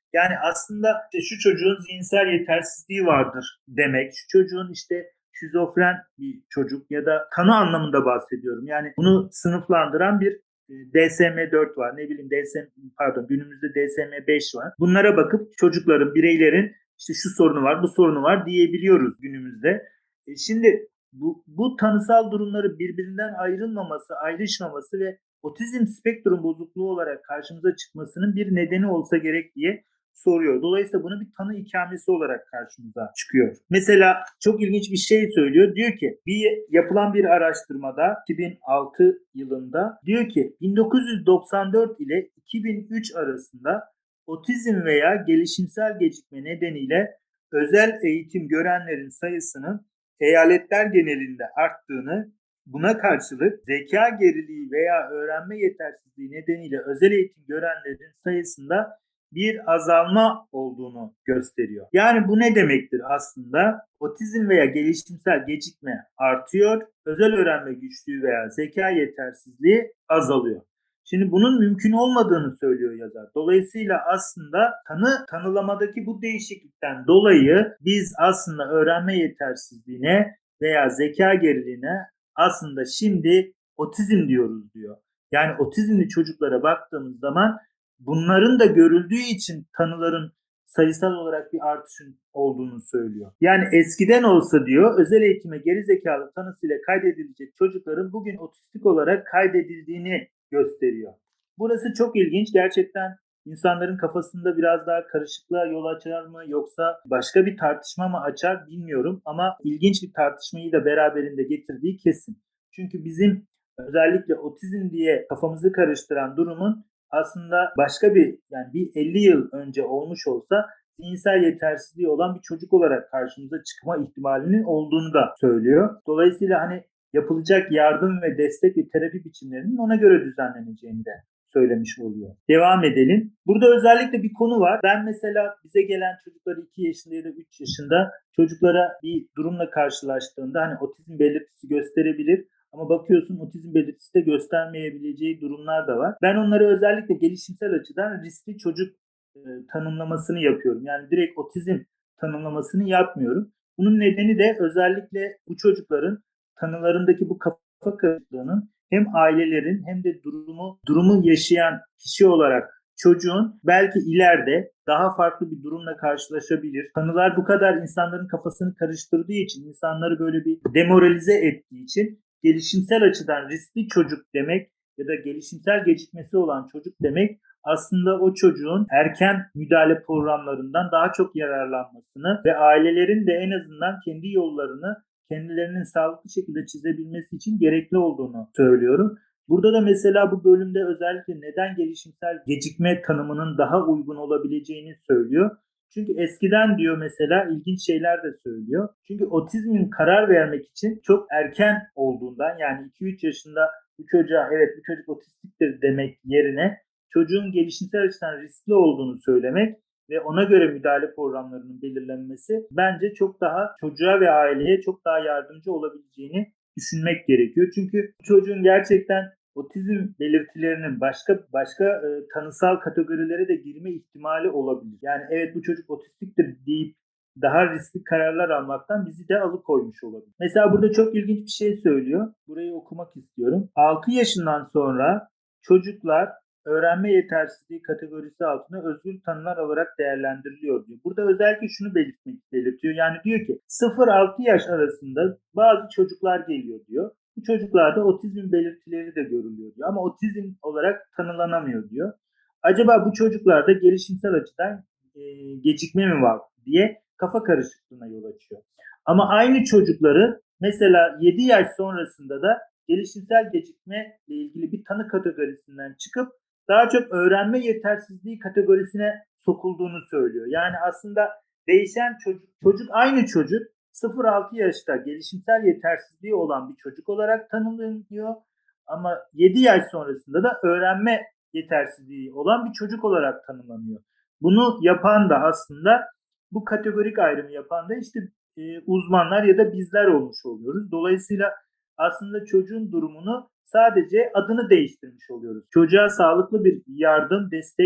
Yani aslında işte şu çocuğun zihinsel yetersizliği vardır demek, şu çocuğun işte şizofren bir çocuk ya da tanı anlamında bahsediyorum. Yani bunu sınıflandıran bir D S M dört var. Ne bileyim D S M pardon günümüzde D S M beş var. Bunlara bakıp çocukların, bireylerin işte şu sorunu var, bu sorunu var diyebiliyoruz günümüzde. E şimdi bu, bu tanısal durumları birbirinden ayrılmaması, ayrışmaması ve otizm spektrum bozukluğu olarak karşımıza çıkmasının bir nedeni olsa gerek diye soruyor. Dolayısıyla bunu bir tanı ikamesi olarak karşımıza çıkıyor. Mesela çok ilginç bir şey söylüyor. Diyor ki bir yapılan bir araştırmada iki bin altı yılında diyor ki bin dokuz yüz doksan dört ile iki bin üç arasında otizm veya gelişimsel gecikme nedeniyle özel eğitim görenlerin sayısının eyaletler genelinde arttığını, buna karşılık zeka geriliği veya öğrenme yetersizliği nedeniyle özel eğitim görenlerin sayısında bir azalma olduğunu gösteriyor. Yani bu ne demektir aslında? Otizm veya gelişimsel gecikme artıyor, özel öğrenme güçlüğü veya zeka yetersizliği azalıyor. Şimdi bunun mümkün olmadığını söylüyor yazar. Dolayısıyla aslında tanı tanılamadaki bu değişiklikten dolayı biz aslında öğrenme yetersizliğine veya zeka geriliğine aslında şimdi otizm diyoruz diyor. Yani otizmli çocuklara baktığımız zaman bunların da görüldüğü için tanıların sayısal olarak bir artışın olduğunu söylüyor. Yani eskiden olsa diyor özel eğitime gerizekalı tanısıyla kaydedilecek çocukların bugün otistik olarak kaydedildiğini gösteriyor. Burası çok ilginç. Gerçekten insanların kafasında biraz daha karışıklığa yol açar mı yoksa başka bir tartışma mı açar bilmiyorum ama ilginç bir tartışmayı da beraberinde getirdiği kesin. Çünkü bizim özellikle otizm diye kafamızı karıştıran durumun aslında başka bir yani bir elli yıl önce olmuş olsa zihinsel yetersizliği olan bir çocuk olarak karşımıza çıkma ihtimalinin olduğunu da söylüyor. Dolayısıyla hani yapılacak yardım ve destek ve terapi biçimlerinin ona göre düzenleneceğini de söylemiş oluyor. Devam edelim. Burada özellikle bir konu var. Ben mesela bize gelen çocukları iki yaşında ya da üç yaşında çocuklara bir durumla karşılaştığında hani otizm belirtisi gösterebilir. Ama bakıyorsun otizm belirtisi de göstermeyebileceği durumlar da var. Ben onları özellikle gelişimsel açıdan riskli çocuk e, tanımlamasını yapıyorum. Yani direkt otizm tanımlamasını yapmıyorum. Bunun nedeni de özellikle bu çocukların tanılarındaki bu kafa karışıklığının hem ailelerin hem de durumu durumu yaşayan kişi olarak çocuğun belki ileride daha farklı bir durumla karşılaşabilir. Tanılar bu kadar insanların kafasını karıştırdığı için, insanları böyle bir demoralize ettiği için gelişimsel açıdan riskli çocuk demek ya da gelişimsel gecikmesi olan çocuk demek aslında o çocuğun erken müdahale programlarından daha çok yararlanmasını ve ailelerin de en azından kendi yollarını kendilerinin sağlıklı şekilde çizebilmesi için gerekli olduğunu söylüyorum. Burada da mesela bu bölümde özellikle neden gelişimsel gecikme tanımının daha uygun olabileceğini söylüyor. Çünkü eskiden diyor mesela ilginç şeyler de söylüyor. Çünkü otizmin karar vermek için çok erken olduğundan yani iki üç yaşında bu çocuğa evet bu çocuk otistiktir demek yerine çocuğun gelişimsel açıdan riskli olduğunu söylemek ve ona göre müdahale programlarının belirlenmesi bence çok daha çocuğa ve aileye çok daha yardımcı olabileceğini düşünmek gerekiyor. Çünkü çocuğun gerçekten otizm belirtilerinin başka başka e, tanısal kategorilere de girme ihtimali olabilir. Yani evet bu çocuk otistiktir deyip daha riskli kararlar almaktan bizi de alıkoymuş olabilir. Mesela burada çok ilginç bir şey söylüyor. Burayı okumak istiyorum. altı yaşından sonra çocuklar öğrenme yetersizliği kategorisi altında özgür tanılar olarak değerlendiriliyor diyor. Burada özellikle şunu belirtmek belirtiyor. Yani diyor ki sıfır altı yaş arasında bazı çocuklar geliyor diyor. Bu çocuklarda otizm belirtileri de görülüyor diyor. Ama otizm olarak tanılanamıyor diyor. Acaba bu çocuklarda gelişimsel açıdan e, gecikme mi var diye kafa karışıklığına yol açıyor. Ama aynı çocukları mesela yedi yaş sonrasında da gelişimsel gecikme ile ilgili bir tanı kategorisinden çıkıp daha çok öğrenme yetersizliği kategorisine sokulduğunu söylüyor. Yani aslında değişen çocuk, çocuk aynı çocuk sıfır altı yaşta gelişimsel yetersizliği olan bir çocuk olarak tanımlanıyor. Ama yedi yaş sonrasında da öğrenme yetersizliği olan bir çocuk olarak tanımlanıyor. Bunu yapan da aslında bu kategorik ayrımı yapan da işte e, uzmanlar ya da bizler olmuş oluyoruz. Dolayısıyla aslında çocuğun durumunu sadece adını değiştirmiş oluyoruz. Çocuğa sağlıklı bir yardım, destek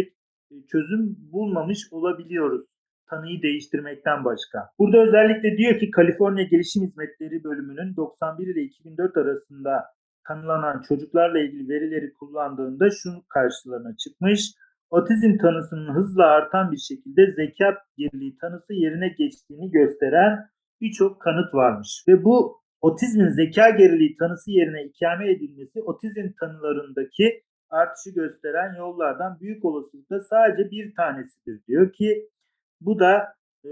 çözüm bulmamış olabiliyoruz. Tanıyı değiştirmekten başka. Burada özellikle diyor ki Kaliforniya Gelişim Hizmetleri bölümünün doksan bir ile iki bin dört arasında tanılanan çocuklarla ilgili verileri kullandığında şunu karşılarına çıkmış. Otizm tanısının hızla artan bir şekilde zeka geriliği tanısı yerine geçtiğini gösteren birçok kanıt varmış. Ve bu otizmin zeka geriliği tanısı yerine ikame edilmesi otizm tanılarındaki artışı gösteren yollardan büyük olasılıkla sadece bir tanesidir diyor ki bu da e,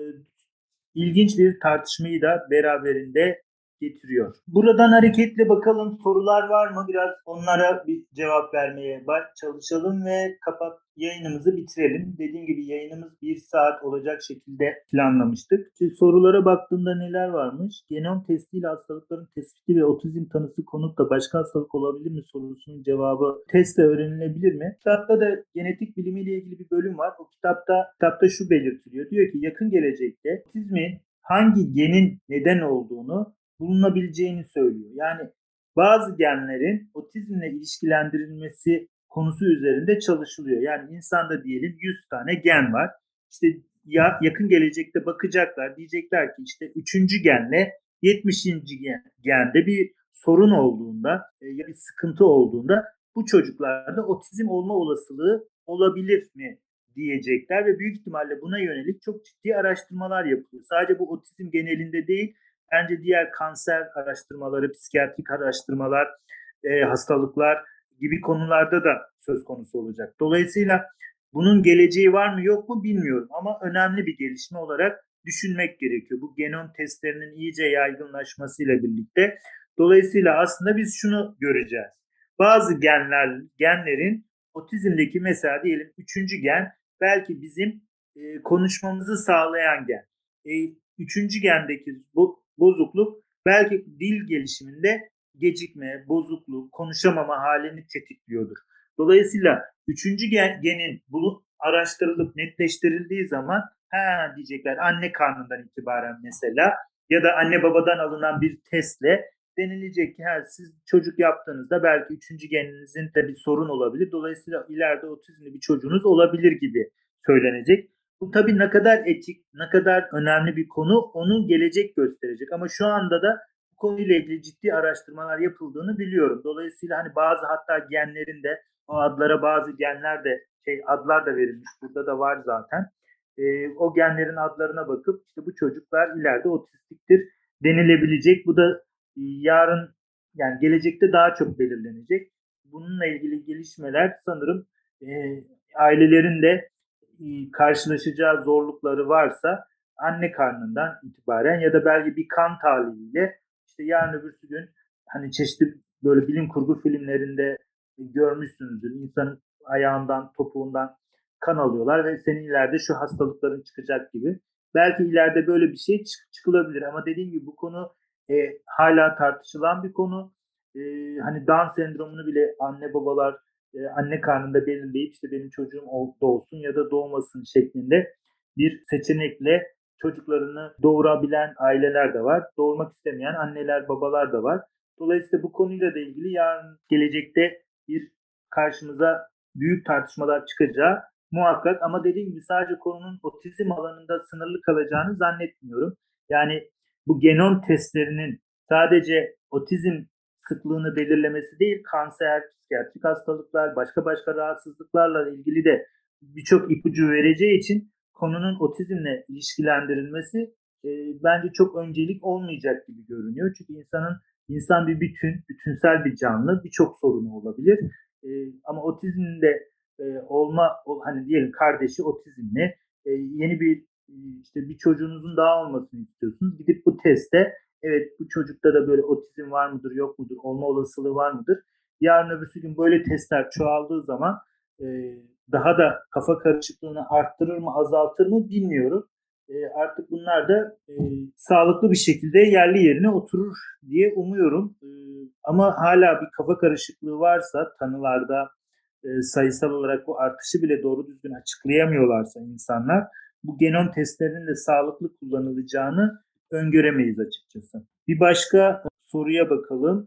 ilginç bir tartışmayı da beraberinde getiriyor. Buradan hareketle bakalım sorular var mı? Biraz onlara bir cevap vermeye çalışalım ve kapat yayınımızı bitirelim. Dediğim gibi yayınımız bir saat olacak şekilde planlamıştık. Şimdi sorulara baktığımda neler varmış? Genom testiyle hastalıkların tespiti ve otizm tanısı konukla başka hastalık olabilir mi sorusunun cevabı testle öğrenilebilir mi? Kitapta da genetik bilimiyle ilgili bir bölüm var. O kitapta kitapta şu belirtiliyor. Diyor ki yakın gelecekte otizmin hangi genin neden olduğunu bulunabileceğini söylüyor. Yani bazı genlerin otizmle ilişkilendirilmesi konusu üzerinde çalışılıyor. Yani insanda diyelim yüz tane gen var. İşte ya yakın gelecekte bakacaklar. Diyecekler ki işte üçüncü genle yetmişinci gende bir sorun olduğunda ya bir sıkıntı olduğunda bu çocuklarda otizm olma olasılığı olabilir mi diyecekler ve büyük ihtimalle buna yönelik çok ciddi araştırmalar yapılıyor. Sadece bu otizm genelinde değil, bence diğer kanser araştırmaları, psikiyatrik araştırmalar, e, hastalıklar gibi konularda da söz konusu olacak. Dolayısıyla bunun geleceği var mı yok mu bilmiyorum ama önemli bir gelişme olarak düşünmek gerekiyor. Bu genom testlerinin iyice yaygınlaşmasıyla birlikte. Dolayısıyla aslında biz şunu göreceğiz. Bazı genler, genlerin otizmdeki mesela diyelim üçüncü gen belki bizim e, konuşmamızı sağlayan gen. E, üçüncü gendeki bu bozukluk belki dil gelişiminde gecikme, bozukluk, konuşamama halini tetikliyordur. Dolayısıyla üçüncü gen, genin bunu araştırılıp netleştirildiği zaman ha diyecekler anne karnından itibaren mesela ya da anne babadan alınan bir testle denilecek ki ha, siz çocuk yaptığınızda belki üçüncü geninizin de bir sorun olabilir. Dolayısıyla ileride otizmli bir çocuğunuz olabilir gibi söylenecek. Bu tabii ne kadar etik, ne kadar önemli bir konu onu gelecek gösterecek. Ama şu anda da bu konuyla ilgili ciddi araştırmalar yapıldığını biliyorum. Dolayısıyla hani bazı hatta genlerin de o adlara bazı genler de şey adlar da verilmiş. Burada da var zaten. E, o genlerin adlarına bakıp işte bu çocuklar ileride otistiktir denilebilecek. Bu da e, yarın yani gelecekte daha çok belirlenecek. Bununla ilgili gelişmeler sanırım e, ailelerin de e, karşılaşacağı zorlukları varsa anne karnından itibaren ya da belki bir kan tahliliyle işte yarın öbürsü gün hani çeşitli böyle bilim kurgu filmlerinde görmüşsünüzdür. İnsanın ayağından, topuğundan kan alıyorlar ve senin ileride şu hastalıkların çıkacak gibi. Belki ileride böyle bir şey çık- çıkılabilir ama dediğim gibi bu konu e, hala tartışılan bir konu. E, hani Down sendromunu bile anne babalar e, anne karnında belirleyip işte benim çocuğum doğsun ya da doğmasın şeklinde bir seçenekle çocuklarını doğurabilen aileler de var. Doğurmak istemeyen anneler babalar da var. Dolayısıyla bu konuyla da ilgili yarın gelecekte bir karşımıza büyük tartışmalar çıkacağı muhakkak ama dediğim gibi sadece konunun otizm alanında sınırlı kalacağını zannetmiyorum. Yani bu genom testlerinin sadece otizm sıklığını belirlemesi değil, kanser, psikiyatrik hastalıklar, başka başka rahatsızlıklarla ilgili de birçok ipucu vereceği için konunun otizmle ilişkilendirilmesi e, bence çok öncelik olmayacak gibi görünüyor. Çünkü insanın insan bir bütün, bütünsel bir canlı, birçok sorunu olabilir. E, ama otizmde e, olma, o, hani diyelim kardeşi otizmli, e, yeni bir işte bir çocuğunuzun daha olmasını istiyorsunuz. Gidip bu teste evet bu çocukta da böyle otizm var mıdır yok mudur olma olasılığı var mıdır? Yarın öbürsü gün böyle testler çoğaldığı zaman e, daha da kafa karışıklığını arttırır mı azaltır mı bilmiyorum. E, artık bunlar da e, sağlıklı bir şekilde yerli yerine oturur diye umuyorum. E, ama hala bir kafa karışıklığı varsa tanılarda e, sayısal olarak bu artışı bile doğru düzgün açıklayamıyorlarsa insanlar bu genom testlerinin de sağlıklı kullanılacağını öngöremeyiz açıkçası. Bir başka soruya bakalım.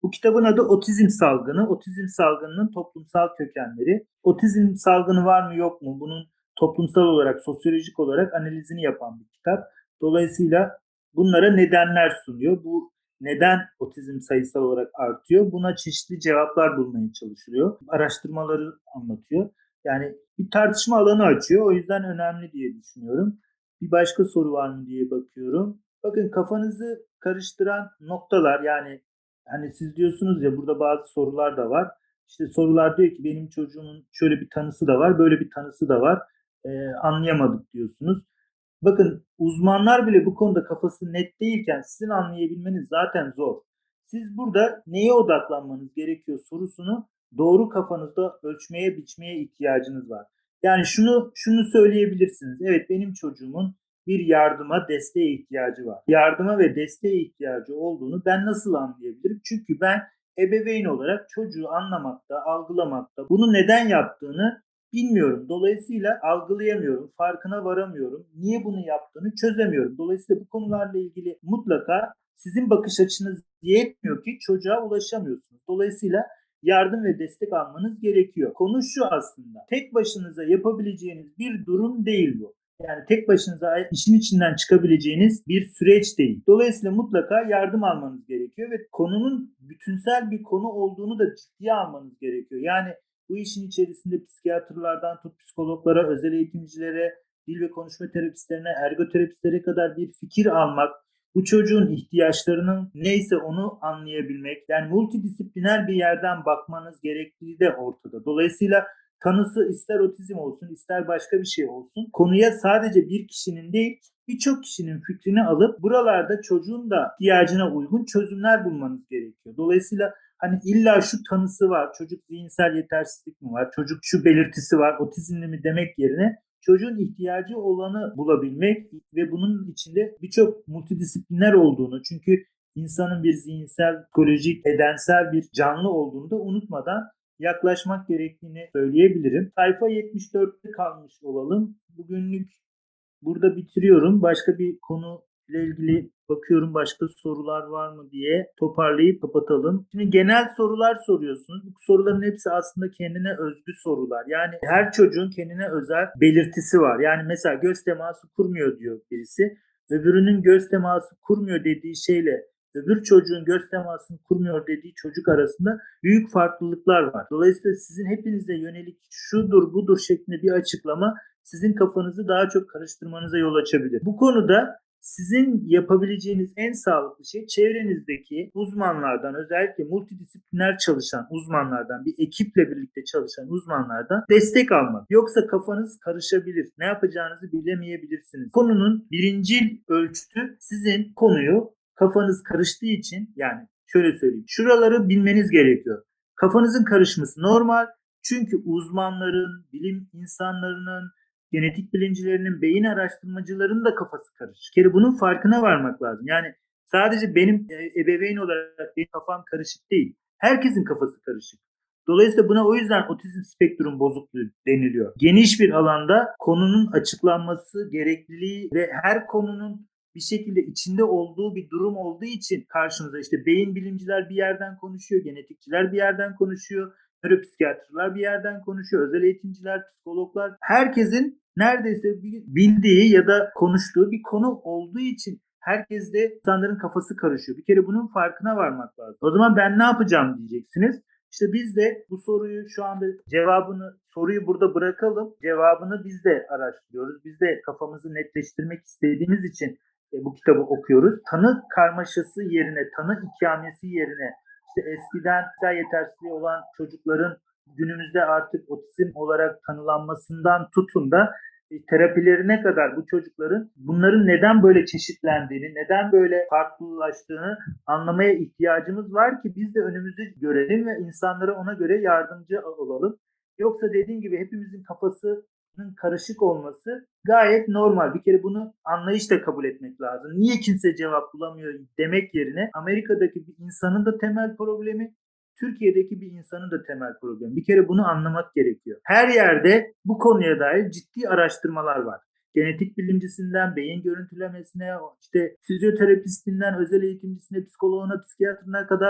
Bu kitabın adı Otizm Salgını. Otizm salgınının toplumsal kökenleri. Otizm salgını var mı yok mu? Bunun toplumsal olarak, sosyolojik olarak analizini yapan bir kitap. Dolayısıyla bunlara nedenler sunuyor. Bu neden otizm sayısal olarak artıyor? Buna çeşitli cevaplar bulmaya çalışılıyor. Araştırmaları anlatıyor. Yani bir tartışma alanı açıyor. O yüzden önemli diye düşünüyorum. Bir başka soru var mı diye bakıyorum. Bakın, kafanızı karıştıran noktalar, yani hani siz diyorsunuz ya, burada bazı sorular da var. İşte sorular diyor ki benim çocuğumun şöyle bir tanısı da var, böyle bir tanısı da var. Ee, anlayamadık diyorsunuz. Bakın, uzmanlar bile bu konuda kafası net değilken sizin anlayabilmeniz zaten zor. Siz burada neye odaklanmanız gerekiyor sorusunu doğru kafanızda ölçmeye, biçmeye ihtiyacınız var. Yani şunu şunu söyleyebilirsiniz. Evet, benim çocuğumun bir yardıma, desteğe ihtiyacı var. Yardıma ve desteğe ihtiyacı olduğunu ben nasıl anlayabilirim? Çünkü ben ebeveyn olarak çocuğu anlamakta, algılamakta, bunu neden yaptığını bilmiyorum. Dolayısıyla algılayamıyorum, farkına varamıyorum. Niye bunu yaptığını çözemiyorum. Dolayısıyla bu konularla ilgili mutlaka sizin bakış açınız yetmiyor ki çocuğa ulaşamıyorsunuz. Dolayısıyla yardım ve destek almanız gerekiyor. Konu şu aslında. Tek başınıza yapabileceğiniz bir durum değil bu. Yani tek başınıza işin içinden çıkabileceğiniz bir süreç değil. Dolayısıyla mutlaka yardım almanız gerekiyor ve konunun bütünsel bir konu olduğunu da ciddiye almanız gerekiyor. Yani bu işin içerisinde psikiyatrlardan tut psikologlara, özel eğitimcilere, dil ve konuşma terapistlerine, ergoterapistlere kadar bir fikir almak, bu çocuğun ihtiyaçlarının neyse onu anlayabilmek, yani multidisipliner bir yerden bakmanız gerektiği de ortada. Dolayısıyla tanısı ister otizm olsun, ister başka bir şey olsun, konuya sadece bir kişinin değil, birçok kişinin fikrini alıp buralarda çocuğun da ihtiyacına uygun çözümler bulmanız gerekiyor. Dolayısıyla hani illa şu tanısı var, çocuk zihinsel yetersizlik mi var, çocuk şu belirtisi var, otizmli mi demek yerine çocuğun ihtiyacı olanı bulabilmek ve bunun içinde birçok multidisipliner olduğunu, çünkü insanın bir zihinsel, psikolojik, bedensel bir canlı olduğunu da unutmadan yaklaşmak gerektiğini söyleyebilirim. Sayfa yetmiş dörtte kalmış olalım. Bugünlük burada bitiriyorum. Başka bir konu ile ilgili bakıyorum, başka sorular var mı diye toparlayıp kapatalım. Şimdi genel sorular soruyorsunuz. Bu soruların hepsi aslında kendine özgü sorular. Yani her çocuğun kendine özel belirtisi var. Yani mesela göz teması kurmuyor diyor birisi. Öbürünün göz teması kurmuyor dediği şeyle öbür çocuğun göz temasını kurmuyor dediği çocuk arasında büyük farklılıklar var. Dolayısıyla sizin hepinize yönelik şudur budur şeklinde bir açıklama sizin kafanızı daha çok karıştırmanıza yol açabilir. Bu konuda sizin yapabileceğiniz en sağlıklı şey çevrenizdeki uzmanlardan, özellikle multidisipliner çalışan uzmanlardan, bir ekiple birlikte çalışan uzmanlardan destek almak. Yoksa kafanız karışabilir. Ne yapacağınızı bilemeyebilirsiniz. Konunun birincil ölçütü sizin konuyu kafanız karıştığı için, yani şöyle söyleyeyim, şuraları bilmeniz gerekiyor. Kafanızın karışması normal. Çünkü uzmanların, bilim insanlarının, genetik bilimcilerinin, beyin araştırmacılarının da kafası karışık. Bir kere bunun farkına varmak lazım. Yani sadece benim ebeveyn olarak benim kafam karışık değil. Herkesin kafası karışık. Dolayısıyla buna o yüzden otizm spektrum bozukluğu deniliyor. Geniş bir alanda konunun açıklanması gerekliliği ve her konunun bir şekilde içinde olduğu bir durum olduğu için karşımıza işte beyin bilimciler bir yerden konuşuyor, genetikçiler bir yerden konuşuyor, nöropsikiyatrlar bir yerden konuşuyor, özel eğitimciler, psikologlar, herkesin neredeyse bildiği ya da konuştuğu bir konu olduğu için herkes de insanların kafası karışıyor. Bir kere bunun farkına varmak lazım. O zaman ben ne yapacağım diyeceksiniz. İşte biz de bu soruyu şu anda cevabını, soruyu burada bırakalım. Cevabını biz de araştırıyoruz. Biz de kafamızı netleştirmek istediğimiz için e, bu kitabı okuyoruz. Tanı karmaşası yerine, tanı ikamesi yerine, işte eskiden zihinsel yetersizliği olan çocukların günümüzde artık otizm olarak tanılanmasından tutun da e, terapilerine kadar bu çocukların bunların neden böyle çeşitlendiğini, neden böyle farklılaştığını anlamaya ihtiyacımız var ki biz de önümüzü görelim ve insanlara ona göre yardımcı olalım. Yoksa dediğim gibi hepimizin kafasının karışık olması gayet normal. Bir kere bunu anlayışla kabul etmek lazım. Niye kimse cevap bulamıyor demek yerine Amerika'daki bir insanın da temel problemi, Türkiye'deki bir insanın da temel problemi. Bir kere bunu anlamak gerekiyor. Her yerde bu konuya dair ciddi araştırmalar var. Genetik bilimcisinden beyin görüntülemesine, işte fizyoterapistinden özel eğitimcisine, psikoloğuna, psikiyatrına kadar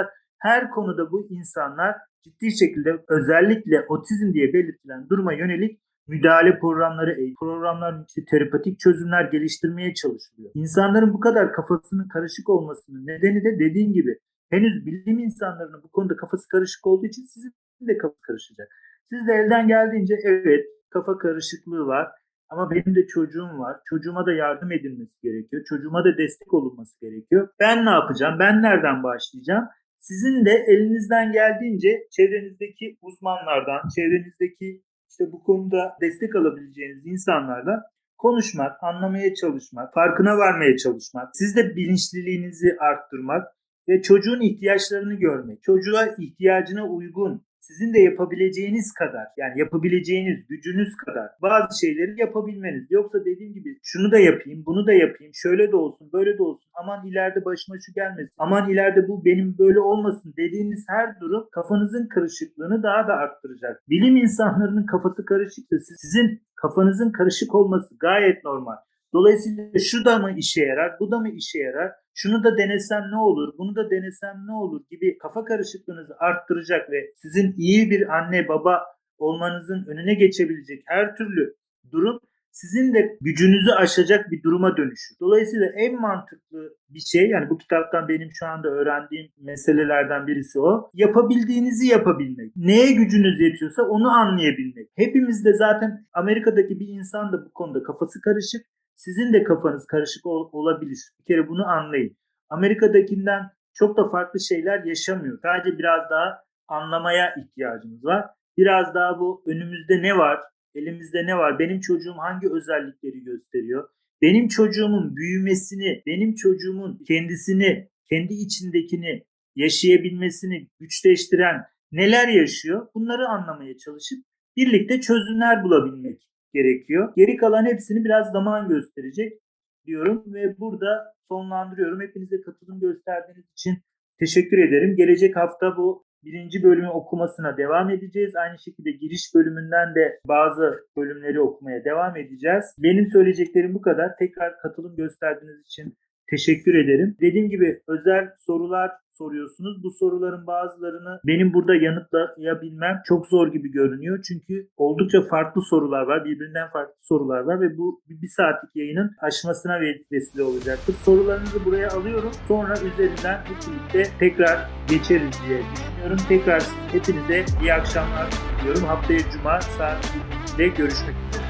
Her konuda bu insanlar ciddi şekilde özellikle otizm diye belirtilen duruma yönelik müdahale programları, programlar, işte terapatik çözümler geliştirmeye çalışılıyor. İnsanların bu kadar kafasının karışık olmasının nedeni de dediğim gibi henüz bilim insanlarının bu konuda kafası karışık olduğu için sizin de kafa karışacak. Siz de elden geldiğince evet kafa karışıklığı var ama benim de çocuğum var. Çocuğuma da yardım edilmesi gerekiyor. Çocuğuma da destek olunması gerekiyor. Ben ne yapacağım? Ben nereden başlayacağım? Sizin de elinizden geldiğince çevrenizdeki uzmanlardan, çevrenizdeki işte bu konuda destek alabileceğiniz insanlarla konuşmak, anlamaya çalışmak, farkına varmaya çalışmak, siz de bilinçliliğinizi arttırmak ve çocuğun ihtiyaçlarını görmek, çocuğa ihtiyacına uygun, sizin de yapabileceğiniz kadar, yani yapabileceğiniz gücünüz kadar bazı şeyleri yapabilmeniz. Yoksa dediğim gibi şunu da yapayım, bunu da yapayım, şöyle de olsun, böyle de olsun, aman ileride başıma şu gelmesin, aman ileride bu benim böyle olmasın dediğiniz her durum kafanızın karışıklığını daha da arttıracak. Bilim insanlarının kafası karışıksa sizin kafanızın karışık olması gayet normal. Dolayısıyla şu da mı işe yarar, bu da mı işe yarar, şunu da denesem ne olur, bunu da denesem ne olur gibi kafa karışıklığınızı arttıracak ve sizin iyi bir anne baba olmanızın önüne geçebilecek her türlü durum sizin de gücünüzü aşacak bir duruma dönüşür. Dolayısıyla en mantıklı bir şey, yani bu kitaptan benim şu anda öğrendiğim meselelerden birisi o. Yapabildiğinizi yapabilmek. Neye gücünüz yetiyorsa onu anlayabilmek. Hepimiz de zaten Amerika'daki bir insan da bu konuda kafası karışık. Sizin de kafanız karışık ol- olabilir. Bir kere bunu anlayın. Amerika'dakinden çok da farklı şeyler yaşamıyor. Sadece biraz daha anlamaya ihtiyacımız var. Biraz daha bu önümüzde ne var, elimizde ne var, benim çocuğum hangi özellikleri gösteriyor, benim çocuğumun büyümesini, benim çocuğumun kendisini, kendi içindekini yaşayabilmesini güçleştiren neler yaşıyor, bunları anlamaya çalışıp birlikte çözümler bulabilmek gerekiyor. Geri kalan hepsini biraz zaman gösterecek diyorum ve burada sonlandırıyorum. Hepinize katılım gösterdiğiniz için teşekkür ederim. Gelecek hafta bu birinci bölümü okumasına devam edeceğiz. Aynı şekilde giriş bölümünden de bazı bölümleri okumaya devam edeceğiz. Benim söyleyeceklerim bu kadar. Tekrar katılım gösterdiğiniz için teşekkür ederim. Dediğim gibi özel sorular soruyorsunuz. Bu soruların bazılarını benim burada yanıtlayabilmem çok zor gibi görünüyor. Çünkü oldukça farklı sorular var. Birbirinden farklı sorular var ve bu bir saatlik yayının aşmasına vesile olacaktır. Sorularınızı buraya alıyorum. Sonra üzerinden hep birlikte tekrar geçeriz diye düşünüyorum. Tekrar hepinize iyi akşamlar diliyorum. Haftaya Cuma saat yirmide görüşmek üzere.